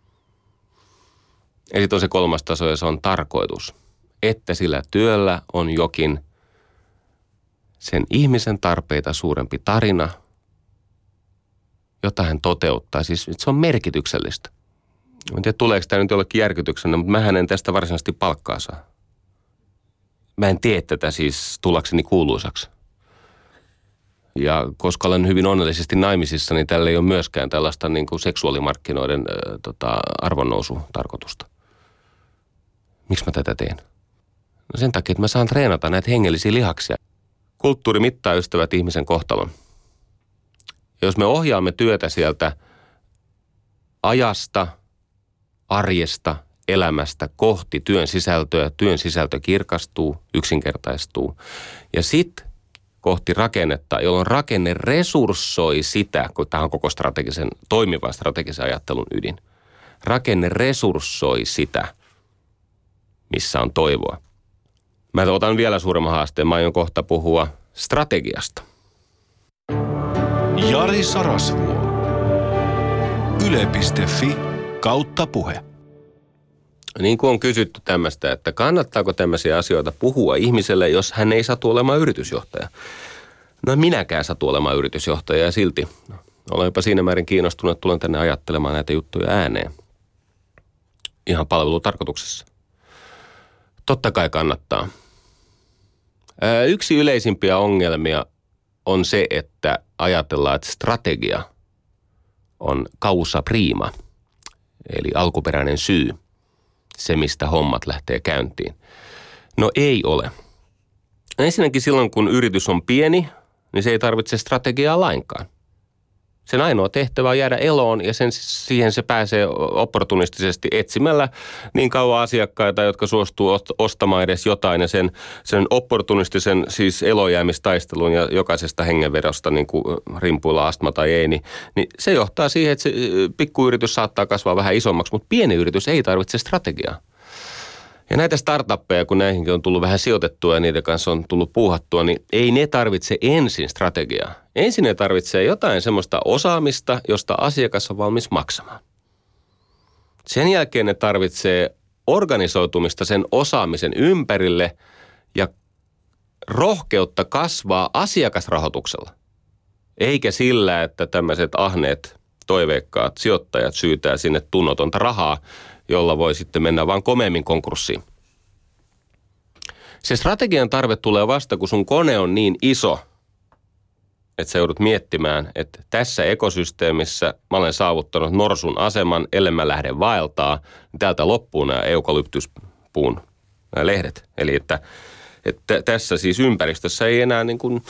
Eli sitten on se kolmas taso ja se on tarkoitus. Että sillä työllä on jokin sen ihmisen tarpeita suurempi tarina, jota hän toteuttaa. Siis se on merkityksellistä. En tiedä, tuleeko tämä nyt jollekin järkytyksenä, mutta mähän en tästä varsinaisesti palkkaa saa. Mä en tee tätä siis tullakseni kuuluisaksi. Ja koska olen hyvin onnellisesti naimisissa, niin tällä ei ole myöskään tällaista niin kuin seksuaalimarkkinoiden arvonnousutarkoitusta. Miksi mä tätä teen? No sen takia, että mä saan treenata näitä hengellisiä lihaksia. Kulttuuri mittaa, ystävät, ihmisen kohtalon. Jos me ohjaamme työtä sieltä ajasta, arjesta, elämästä kohti työn sisältöä, työn sisältö kirkastuu, yksinkertaistuu. Ja sitten kohti rakennetta, jolloin rakenne resurssoi sitä, kun tämä on koko toimivan strategisen ajattelun ydin. Rakenne resurssoi sitä, missä on toivoa. Mä otan vielä suuremman haasteen. Mä aion kohta puhua strategiasta. Jari Sarasvuo. Yle.fi/puhe. Niin kuin on kysytty tämmöistä, että kannattaako tämmöisiä asioita puhua ihmiselle, jos hän ei satu olemaan yritysjohtaja. No minäkään satu olemaan yritysjohtaja ja silti olen jopa siinä määrin kiinnostunut, että tulen tänne ajattelemaan näitä juttuja ääneen. Ihan palvelutarkoituksessa. Totta kai kannattaa. Yksi yleisimpiä ongelmia on se, että ajatellaan, että strategia on causa prima, eli alkuperäinen syy, se mistä hommat lähtee käyntiin. No ei ole. Ensinnäkin silloin, kun yritys on pieni, niin se ei tarvitse strategiaa lainkaan. Sen ainoa tehtävä on jäädä eloon ja siihen se pääsee opportunistisesti etsimällä niin kauan asiakkaita, jotka suostuu ostamaan edes jotain ja sen opportunistisen siis elojäämistaistelun ja jokaisesta hengenvedosta niin kuin rimpuilla astma tai ei, niin se johtaa siihen, että se pikkuyritys saattaa kasvaa vähän isommaksi, mutta pieni yritys ei tarvitse strategiaa. Ja näitä startuppeja, kun näihinkin on tullut vähän sijoitettua ja niiden kanssa on tullut puuhattua, niin ei ne tarvitse ensin strategiaa. Ensin ne tarvitsee jotain semmoista osaamista, josta asiakas on valmis maksamaan. Sen jälkeen ne tarvitsee organisoitumista sen osaamisen ympärille ja rohkeutta kasvaa asiakasrahoituksella. Eikä sillä, että tämmöiset ahneet, toiveikkaat sijoittajat syytää sinne tunnotonta rahaa, jolla voi sitten mennä vaan komeammin konkurssiin. Se strategian tarve tulee vasta, kun sun kone on niin iso, että sä joudut miettimään, että tässä ekosysteemissä mä olen saavuttanut norsun aseman, ellei mä lähde vaeltaa, niin täältä loppuu nämä eukalyptuspuun nämä lehdet. Eli että tässä siis ympäristössä ei enää niin kuin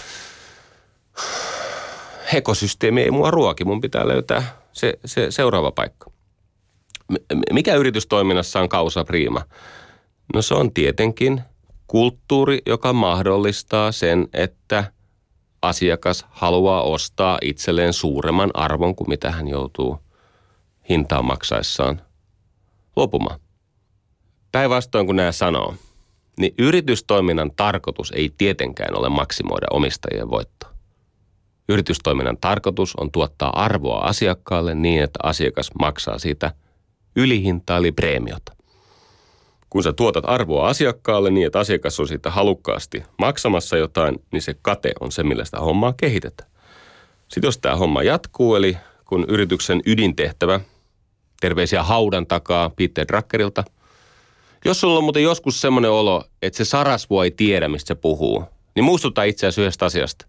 ekosysteemi ei mua ruoki, mun pitää löytää se seuraava paikka. Mikä yritystoiminnassa on causa prima? No se on tietenkin kulttuuri, joka mahdollistaa sen, että asiakas haluaa ostaa itselleen suuremman arvon kuin mitä hän joutuu hintaa maksaessaan luopumaan. Päinvastoin kuin nämä sanoo, niin yritystoiminnan tarkoitus ei tietenkään ole maksimoida omistajien voittoa. Yritystoiminnan tarkoitus on tuottaa arvoa asiakkaalle niin, että asiakas maksaa siitä ylihintaa eli preemiota. Kun sä tuotat arvoa asiakkaalle niin, että asiakas on siitä halukkaasti maksamassa jotain, niin se kate on se, millä sitä hommaa kehitetään. Sitten jos tämä homma jatkuu, eli kun yrityksen ydintehtävä, terveisiä haudan takaa Peter Druckerilta, jos sulla on muuten joskus semmoinen olo, että se sarasvuo ei tiedä, mistä se puhuu, niin muistuttaa itse asiassa yhdestä asiasta.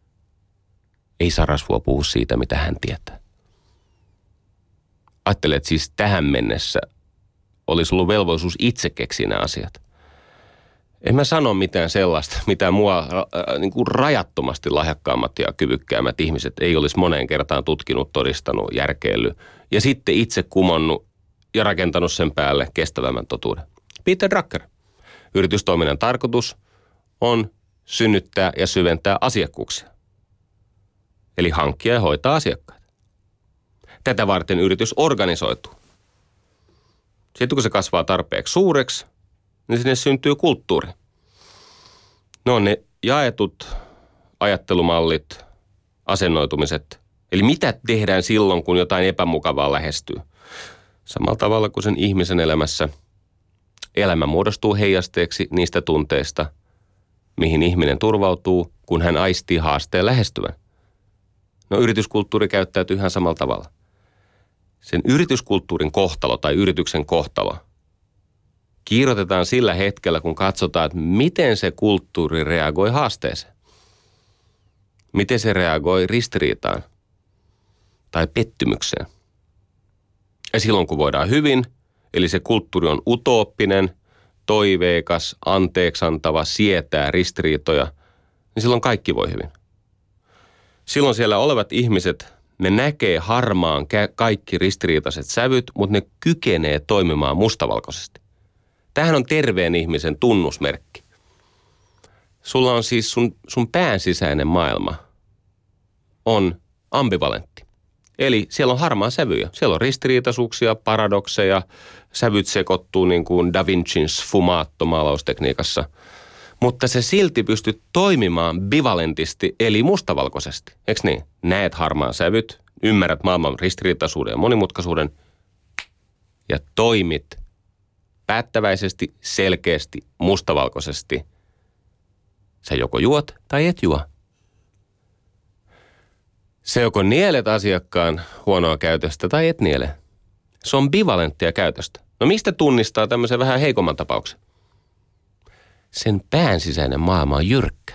Ei sarasvuo puhu siitä, mitä hän tietää. Ajattele, että siis tähän mennessä olisi ollut velvollisuus itse keksiä nämä asiat. En mä sano mitään sellaista, mitä mua niin kuin rajattomasti lahjakkaammat ja kyvykkäämmät ihmiset ei olisi moneen kertaan tutkinut, todistanut, järkeillyt ja sitten itse kumonnut ja rakentanut sen päälle kestävämmän totuuden. Peter Drucker. Yritystoiminnan tarkoitus on synnyttää ja syventää asiakkuuksia. Eli hankkia ja hoitaa asiakkaita. Tätä varten yritys organisoituu. Sitten kun se kasvaa tarpeeksi suureksi, niin sinne syntyy kulttuuri. Ne on ne jaetut ajattelumallit, asennoitumiset. Eli mitä tehdään silloin, kun jotain epämukavaa lähestyy. Samalla tavalla kuin sen ihmisen elämässä elämä muodostuu heijasteeksi niistä tunteista, mihin ihminen turvautuu, kun hän aistii haasteen lähestyvän. No yrityskulttuuri käyttäytyy ihan samalla tavalla. Sen yrityskulttuurin kohtalo tai yrityksen kohtalo kiirotetaan sillä hetkellä, kun katsotaan, että miten se kulttuuri reagoi haasteeseen. Miten se reagoi ristiriitaan tai pettymykseen. Ja silloin, kun voidaan hyvin, eli se kulttuuri on utooppinen, toiveikas, anteeksantava, sietää ristiriitoja, niin silloin kaikki voi hyvin. Silloin siellä olevat ihmiset, ne näkee harmaan kaikki ristiriitaiset sävyt, mutta ne kykenee toimimaan mustavalkoisesti. Tämähän on terveen ihmisen tunnusmerkki. Sulla on siis sun pään sisäinen maailma on ambivalentti. Eli siellä on harmaa sävyjä. Siellä on ristiriitaisuuksia, paradokseja, sävyt sekoittuu niin kuin Da Vincin sfumaatto-maalaustekniikassa. Mutta se silti pystyy toimimaan bivalentisti, eli mustavalkoisesti. Eikö niin? Näet harmaan sävyt, ymmärrät maailman ristiriitaisuuden ja monimutkaisuuden ja toimit päättäväisesti, selkeästi, mustavalkoisesti. Sä joko juot tai et juo. Se joko nielet asiakkaan huonoa käytöstä tai et niele. Se on bivalenttia käytöstä. No mistä tunnistaa tämmöisen vähän heikomman tapauksen? Sen pään sisäinen maailma on jyrkkä.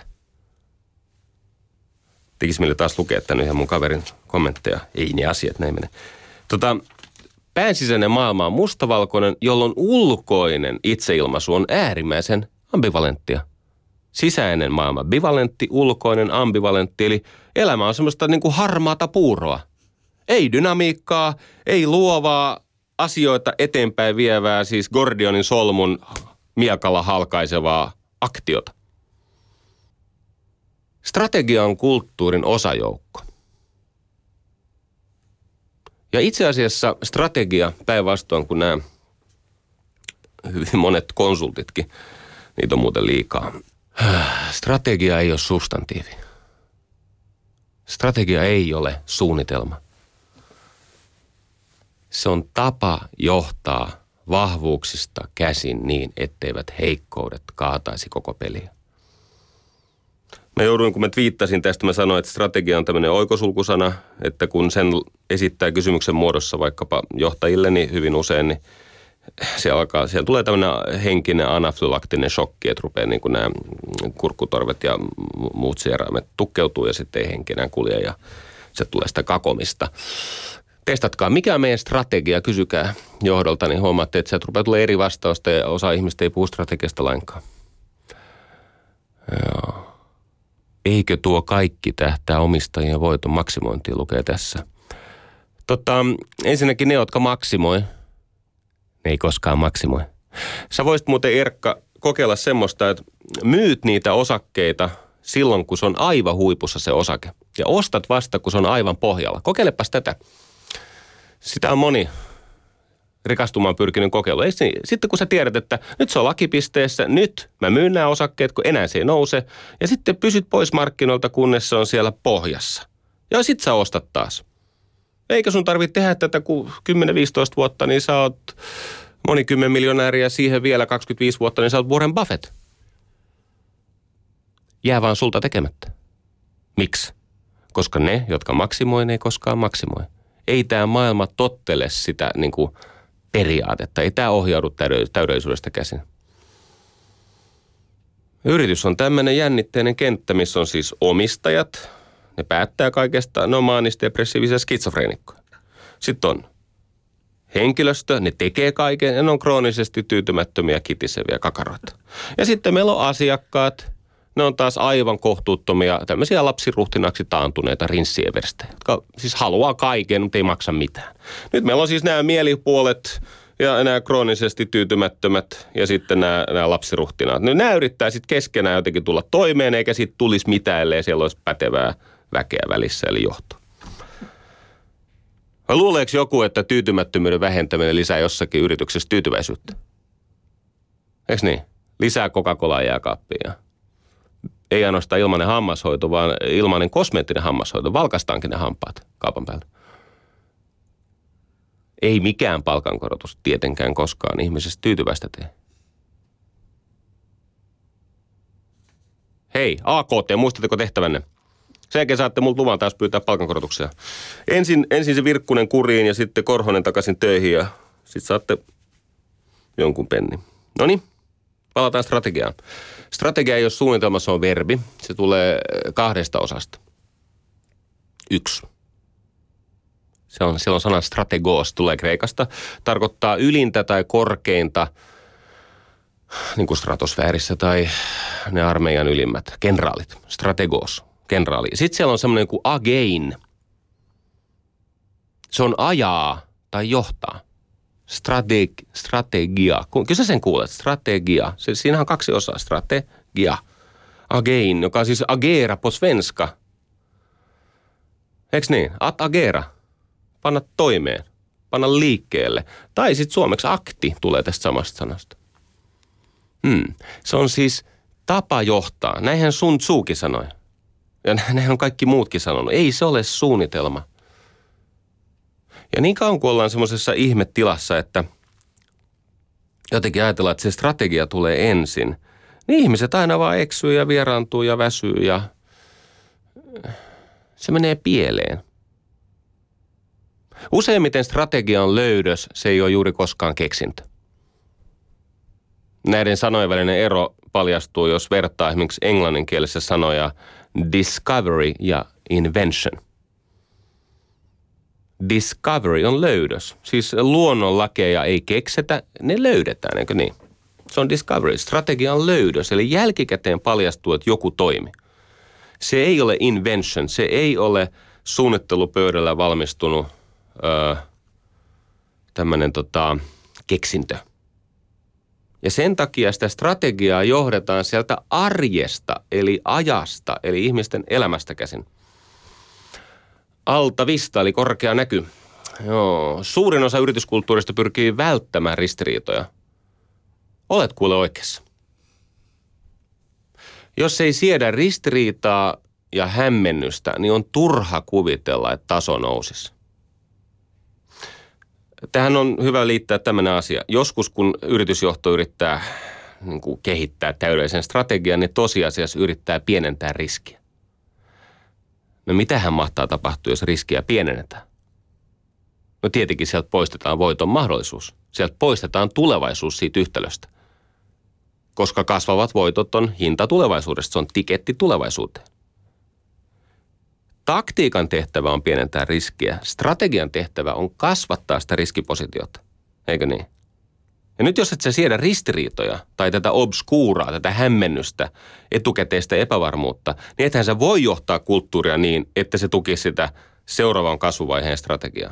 Tekisi meille taas lukea tänne ihan mun kaverin kommentteja. Ei ne asiat, näin mene. Pään sisäinen maailma on mustavalkoinen, jolloin ulkoinen itseilmaisu on äärimmäisen ambivalenttia. Sisäinen maailma bivalentti, ulkoinen ambivalentti, eli elämä on semmoista niin kuin harmaata puuroa. Ei dynamiikkaa, ei luovaa, asioita eteenpäin vievää, siis Gordionin solmun miekalla halkaisevaa aktiota. Strategia on kulttuurin osajoukko. Ja itse asiassa strategia, päinvastoin kuin nämä hyvin monet konsultitkin, niitä on muuten liikaa. Strategia ei ole substantiivi. Strategia ei ole suunnitelma. Se on tapa johtaa vahvuuksista käsin niin, etteivät heikkoudet kaataisi koko peliä. Mä jouduin, kun mä twiittasin tästä, mä sanoin, että strategia on tämmöinen oikosulkusana, että kun sen kysymyksen muodossa vaikkapa johtajille, niin hyvin usein, niin siellä tulee tämmöinen henkinen anafylaktinen shokki, että rupeaa niin kuin nämä kurkkutorvet ja muut sieraimet tukkeutuu ja sitten ei henki enää kulje ja se tulee sitä kakomista. Testatkaa, mikä on meidän strategia, kysykää johdolta, niin huomaatte, että sieltä rupeaa tulee eri vastausta ja osa ihmistä ei puhu strategiasta lainkaan. Joo. Eikö tuo kaikki tähtää omistajien voiton maksimointiin, lukee tässä. Ensinnäkin ne, jotka maksimoi, ne ei koskaan maksimoi. Sä voisit muuten, Erkka, kokeilla semmoista, että myyt niitä osakkeita silloin, kun se on aivan huipussa se osake. Ja ostat vasta, kun se on aivan pohjalla. Kokeilepas tätä. Sitä on moni rikastumaan pyrkinen kokeilu. Sitten kun sä tiedät, että nyt se on lakipisteessä, nyt mä myyn nämä osakkeet, kun enää se ei nouse. Ja sitten pysyt pois markkinoilta, kunnes se on siellä pohjassa. Ja sit sä ostat taas. Eikä sun tarvitse tehdä tätä 10-15 vuotta, niin sä oot monikymmen miljonääriä ja siihen vielä 25 vuotta, niin sä oot Warren Buffett. Jää vaan sulta tekemättä. Miksi? Koska ne, jotka maksimoi, ne ei koskaan maksimoi. Ei tämä maailma tottele sitä niin kuin periaatetta. Ei tämä ohjaudu täydellisyydestä käsin. Yritys on tämmöinen jännitteinen kenttä, missä on siis omistajat. Ne päättää kaikesta. Ne on maanis-depressiivisia skitsofreenikkoja. Sitten on henkilöstö, ne tekee kaiken ja ne on kroonisesti tyytymättömiä, kitiseviä kakaroita. Ja sitten meillä on asiakkaat. Ne on taas aivan kohtuuttomia, tämmöisiä lapsiruhtinaksi taantuneita rinssieverstejä, jotka siis haluaa kaiken, mutta ei maksa mitään. Nyt meillä on siis nämä mielipuolet ja nämä kroonisesti tyytymättömät ja sitten nämä lapsiruhtinaat. Nämä yrittää sitten keskenään jotenkin tulla toimeen, eikä siitä tulisi mitään, ellei siellä olisi pätevää väkeä välissä, eli johto. Vai luuleeko joku, että tyytymättömyyden vähentäminen lisää jossakin yrityksessä tyytyväisyyttä? Eikö niin? Lisää Coca-Colaa jääkaappiin. Ei ainoastaan ilmainen hammashoito, vaan ilmainen kosmeettinen hammashoito. Valkaistaankin ne hampaat kaupan päällä. Ei mikään palkankorotus tietenkään koskaan ihmisestä tyytyväistä tee. Hei, AKT, muistatteko tehtävänne? Sen jälkeen saatte multa luvan taas pyytää palkankorotuksia. Ensin se Virkkunen kuriin ja sitten Korhonen takaisin töihin ja sitten saatte jonkun pennin. Noniin, palataan strategiaan. Strategia ei ole suunnitelma, se on verbi. Se tulee 2 osasta. 1. Siellä on sana strategos, tulee kreikasta. Tarkoittaa ylintä tai korkeinta, niin kuin stratosfäärissä tai ne armeijan ylimmät, kenraalit. Strategos, kenraali. Sitten siellä on semmoinen kuin agein. Se on ajaa tai johtaa. Strategia. Kyllä sä sen kuulet, strategia. Siinähän on 2 osaa, strategia. Agein, joka on siis agera på svenska. Eiks niin? At agera. Panna toimeen. Panna liikkeelle. Tai sitten suomeksi akti tulee tästä samasta sanasta. Se on siis tapa johtaa. Näinhän Sun Tzukin sanoi. Ja näinhän on kaikki muutkin sanonut. Ei se ole suunnitelma. Ja niin kauan kuin ollaan semmoisessa ihmetilassa, että jotenkin ajatellaan, että se strategia tulee ensin, niin ihmiset aina vaan eksyy ja vieraantuu ja väsyy ja se menee pieleen. Useimmiten strategian löydös, se ei ole juuri koskaan keksintö. Näiden sanojen välinen ero paljastuu, jos vertaa esimerkiksi englanninkielisessä sanoja discovery ja invention. Discovery on löydös. Siis luonnonlakeja ei keksetä, ne löydetään, eikö niin? Se on discovery. Strategia on löydös, eli jälkikäteen paljastuu, että joku toimi. Se ei ole invention, se ei ole suunnittelupöydällä valmistunut tämmöinen keksintö. Ja sen takia sitä strategiaa johdetaan sieltä arjesta, eli ajasta, eli ihmisten elämästä käsin. Alta vista, eli korkea näky. Joo. Suurin osa yrityskulttuurista pyrkii välttämään ristiriitoja. Olet kuule oikeassa. Jos ei siedä ristiriitaa ja hämmennystä, niin on turha kuvitella, että taso nousisi. Tähän on hyvä liittää tämmöinen asia. Joskus kun yritysjohto yrittää kehittää täydellisen strategian, niin tosiasiassa yrittää pienentää riskiä. No mitähän mahtaa tapahtua, jos riskiä pienennetään? No tietenkin sieltä poistetaan voiton mahdollisuus. Sieltä poistetaan tulevaisuus siitä yhtälöstä. Koska kasvavat voitot on hinta tulevaisuudesta. Se on tiketti tulevaisuuteen. Taktiikan tehtävä on pienentää riskiä. Strategian tehtävä on kasvattaa sitä riskipositiota. Eikö niin? Ja nyt jos et sä siedä ristiriitoja tai tätä obskuuraa, tätä hämmennystä, etukäteistä epävarmuutta, niin ethän sä voi johtaa kulttuuria niin, että se tukisi sitä seuraavan kasvuvaiheen strategiaa.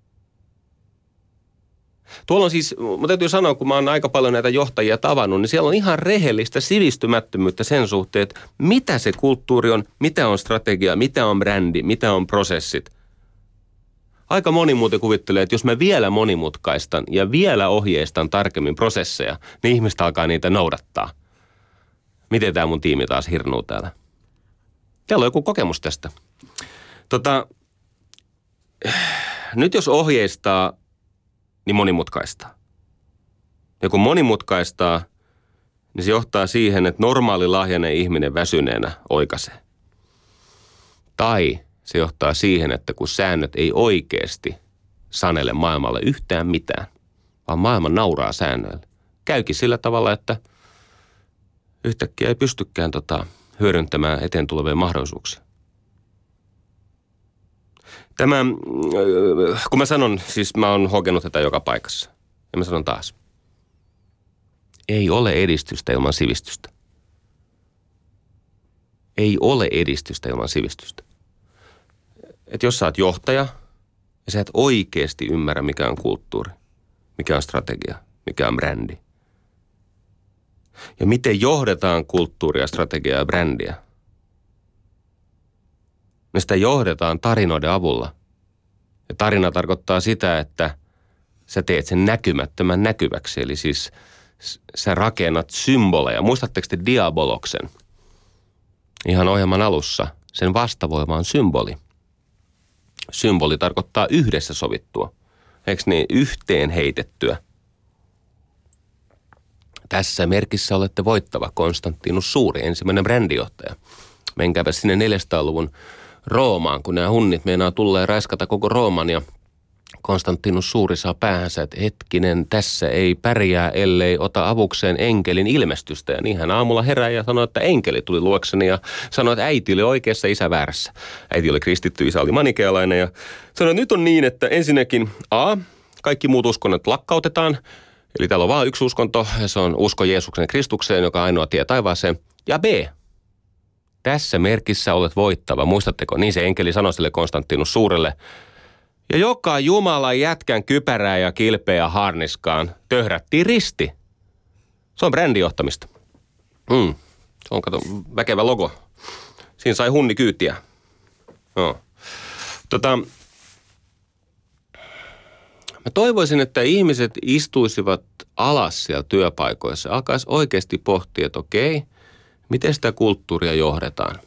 Tuolla on siis, mä täytyy sanoa, kun mä oon aika paljon näitä johtajia tavannut, niin siellä on ihan rehellistä sivistymättömyyttä sen suhteen, että mitä se kulttuuri on, mitä on strategia, mitä on brändi, mitä on prosessit. Aika moni muuten kuvittelee, että jos mä vielä monimutkaistan ja vielä ohjeistan tarkemmin prosesseja, niin ihmiset alkaa niitä noudattaa. Miten tämä mun tiimi taas hirnuu täällä? Teillä on joku kokemus tästä. Nyt jos ohjeistaa, niin monimutkaistaa. Ja kun monimutkaistaa, niin se johtaa siihen, että normaali lahjainen ihminen väsyneenä oikaisee. Tai se johtaa siihen, että kun säännöt ei oikeasti sanele maailmalle yhtään mitään, vaan maailma nauraa säännöille. Käykin sillä tavalla, että yhtäkkiä ei pystykään hyödyntämään eteen tulevia mahdollisuuksia. Kun mä sanon, siis mä oon hokenut tätä joka paikassa. Ja mä sanon taas. Ei ole edistystä ilman sivistystä. Ei ole edistystä ilman sivistystä. Että jos sä oot johtaja ja sä et oikeasti ymmärrä, mikä on kulttuuri, mikä on strategia, mikä on brändi. Ja miten johdetaan kulttuuria, strategiaa ja brändiä. Me sitä johdetaan tarinoiden avulla. Ja tarina tarkoittaa sitä, että sä teet sen näkymättömän näkyväksi. Eli siis sä rakennat symboleja. Muistatteko te Diaboloksen? Ihan ohjelman alussa. Sen vastavoima on symboli. Symboli tarkoittaa yhdessä sovittua. Eikö niin? Yhteen heitettyä. Tässä merkissä olette voittava Konstantinus Suuri, ensimmäinen brändijohtaja. Menkääpä sinne 400-luvun Roomaan, kun nämä hunnit meinaa tulla ja raiskata koko Rooman ja Konstantinus Suuri saa päähänsä, että hetkinen, tässä ei pärjää, ellei ota avukseen enkelin ilmestystä. Ja niin hän aamulla herää ja sanoi, että enkeli tuli luokseni ja sanoi, että äiti oli oikeassa, isä väärässä. Äiti oli kristitty, isä oli manikealainen ja sanoi, että nyt on niin, että ensinnäkin kaikki muut uskonnot lakkautetaan. Eli täällä on vain yksi uskonto ja se on usko Jeesuksen Kristukseen, joka on ainoa tie taivaaseen. Ja B. Tässä merkissä olet voittava. Muistatteko? Niin se enkeli sanoi sille Konstantinus Suurelle. Ja joka Jumalan jätkän kypärää ja kilpeä harniskaan töhrättiin risti. Se on brändijohtamista. Se on, kato, väkevä logo. Siinä sai hunni kyytiä. No. Mä toivoisin, että ihmiset istuisivat alas siellä työpaikoissa. Alkaisi oikeasti pohtia, että okei, miten sitä kulttuuria johdetaan.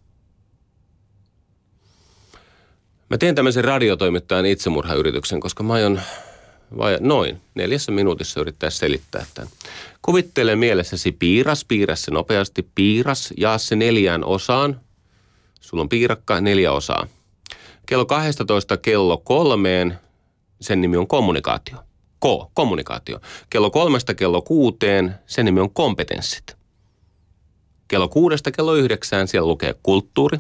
Mä teen tämmöisen radiotoimittajan itsemurhayrityksen, koska mä aion noin 4 minuutissa yrittää selittää tämän. Kuvittele mielessäsi piiras se nopeasti, jaa se 4 osaan. Sulla on piirakka 4 osaa. Kello 12 kello 3, sen nimi on kommunikaatio. Kommunikaatio. Kello 3 kello 6, sen nimi on kompetenssit. Kello 6 kello 9 siellä lukee kulttuuri.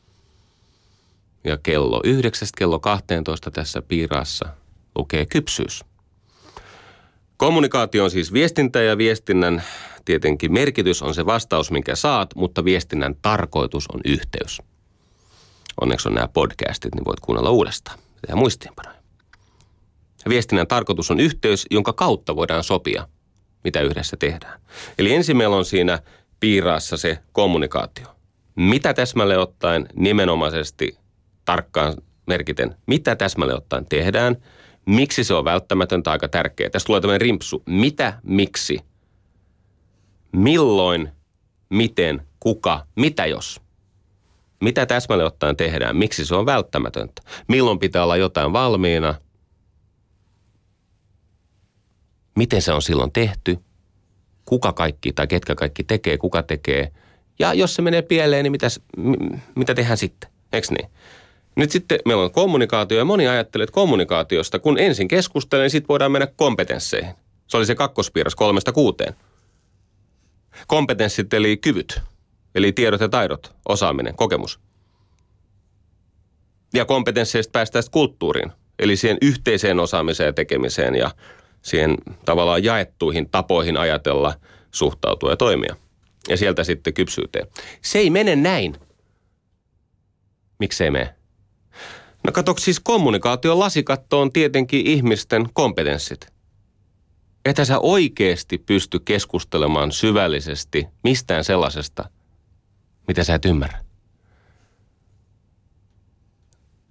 Ja kello 9 kello 12 tässä piiraassa lukee kypsyys. Kommunikaatio on siis viestintä ja viestinnän tietenkin merkitys on se vastaus, minkä saat, mutta viestinnän tarkoitus on yhteys. Onneksi on nämä podcastit, niin voit kuunnella uudestaan. Tehdään muistiinpanoja. Viestinnän tarkoitus on yhteys, jonka kautta voidaan sopia, mitä yhdessä tehdään. Eli ensin meillä on siinä piiraassa se kommunikaatio. Mitä täsmälleen ottaen nimenomaisesti tarkkaan merkiten, mitä täsmälleen ottaen tehdään, miksi se on välttämätöntä, aika tärkeää. Tässä tulee tämmöinen rimpsu. Mitä, miksi, milloin, miten, kuka, mitä jos. Mitä täsmälleen ottaen tehdään, miksi se on välttämätöntä. Milloin pitää olla jotain valmiina. Miten se on silloin tehty, kuka kaikki tai ketkä kaikki tekee, kuka tekee. Ja jos se menee pieleen, niin mitä tehdään sitten, eikö niin? Nyt sitten meillä on kommunikaatio ja moni ajattelee, että kommunikaatiosta, kun ensin keskustelen, niin sitten voidaan mennä kompetensseihin. Se oli se 2. piiras 3-6. Kompetenssit eli kyvyt, eli tiedot ja taidot, osaaminen, kokemus. Ja kompetensseista päästään kulttuuriin, eli siihen yhteiseen osaamiseen ja tekemiseen ja siihen tavallaan jaettuihin tapoihin ajatella, suhtautua ja toimia. Ja sieltä sitten kypsyyteen. Se ei mene näin. Miksei mene? No katsoks siis kommunikaation lasikatto on tietenkin ihmisten kompetenssit. Että sä oikeasti pysty keskustelemaan syvällisesti mistään sellaisesta, mitä sä et ymmärrä.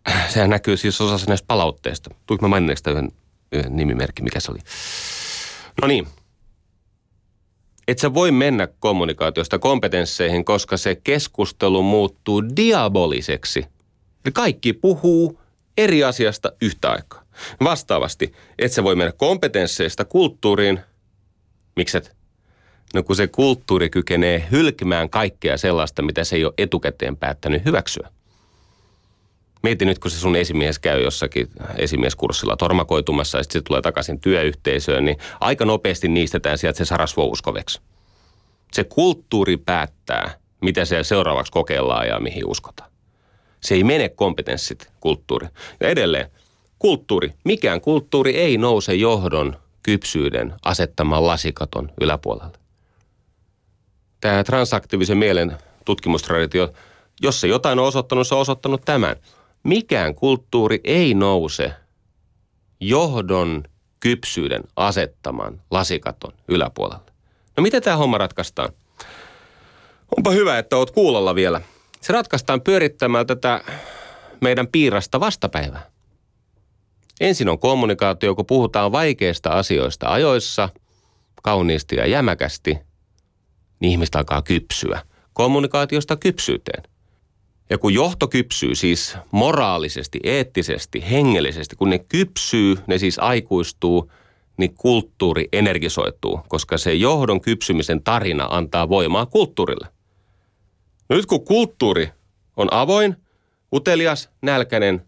sehän näkyy siis osassa näistä palautteista. Tuliko mä maininneeksi yhden nimimerkki, mikä se oli? No niin. Et sä voi mennä kommunikaatiosta kompetensseihin, koska se keskustelu muuttuu diaboliseksi. Eli kaikki puhuu eri asiasta yhtä aikaa. Vastaavasti, et sä voi mennä kompetensseista kulttuuriin. Mikset? No kun se kulttuuri kykenee hylkimään kaikkea sellaista, mitä se ei ole etukäteen päättänyt hyväksyä. Mieti nyt, kun se sun esimies käy jossakin esimieskurssilla tormakoitumassa ja sitten se tulee takaisin työyhteisöön, niin aika nopeasti niistetään sieltä se sarasvuo uskoveksi. Se kulttuuri päättää, mitä se seuraavaksi kokeillaan ja mihin uskotaan. Se ei mene kompetenssit, kulttuuri. Ja edelleen, kulttuuri. Mikään kulttuuri ei nouse johdon kypsyyden asettaman lasikaton yläpuolelle. Tämä transaktiivisen mielen tutkimustraditio, jos se jotain on osoittanut, se on osoittanut tämän. Mikään kulttuuri ei nouse johdon kypsyyden asettaman lasikaton yläpuolelle. No miten tämä homma ratkaistaan? Onpa hyvä, että oot kuulolla vielä. Se ratkaistaan pyörittämällä tätä meidän piirasta vastapäivää. Ensin on kommunikaatio, kun puhutaan vaikeista asioista ajoissa, kauniisti ja jämäkästi, niin ihmistä alkaa kypsyä. Kommunikaatiosta kypsyyteen. Ja kun johto kypsyy siis moraalisesti, eettisesti, hengellisesti, kun ne kypsyy, ne siis aikuistuu, niin kulttuuri energisoituu, koska se johdon kypsymisen tarina antaa voimaa kulttuurille. Nyt kun kulttuuri on avoin, utelias, nälkäinen,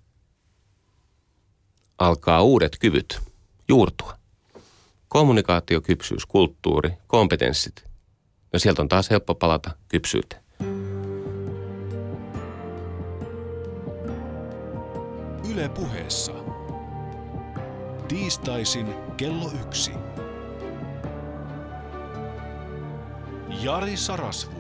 alkaa uudet kyvyt juurtua. Kommunikaatio, kypsyys, kulttuuri, kompetenssit. No sieltä on taas helppo palata kypsyyteen. Yle Puheessa. Tiistaisin kello 1. Jari Sarasvuo.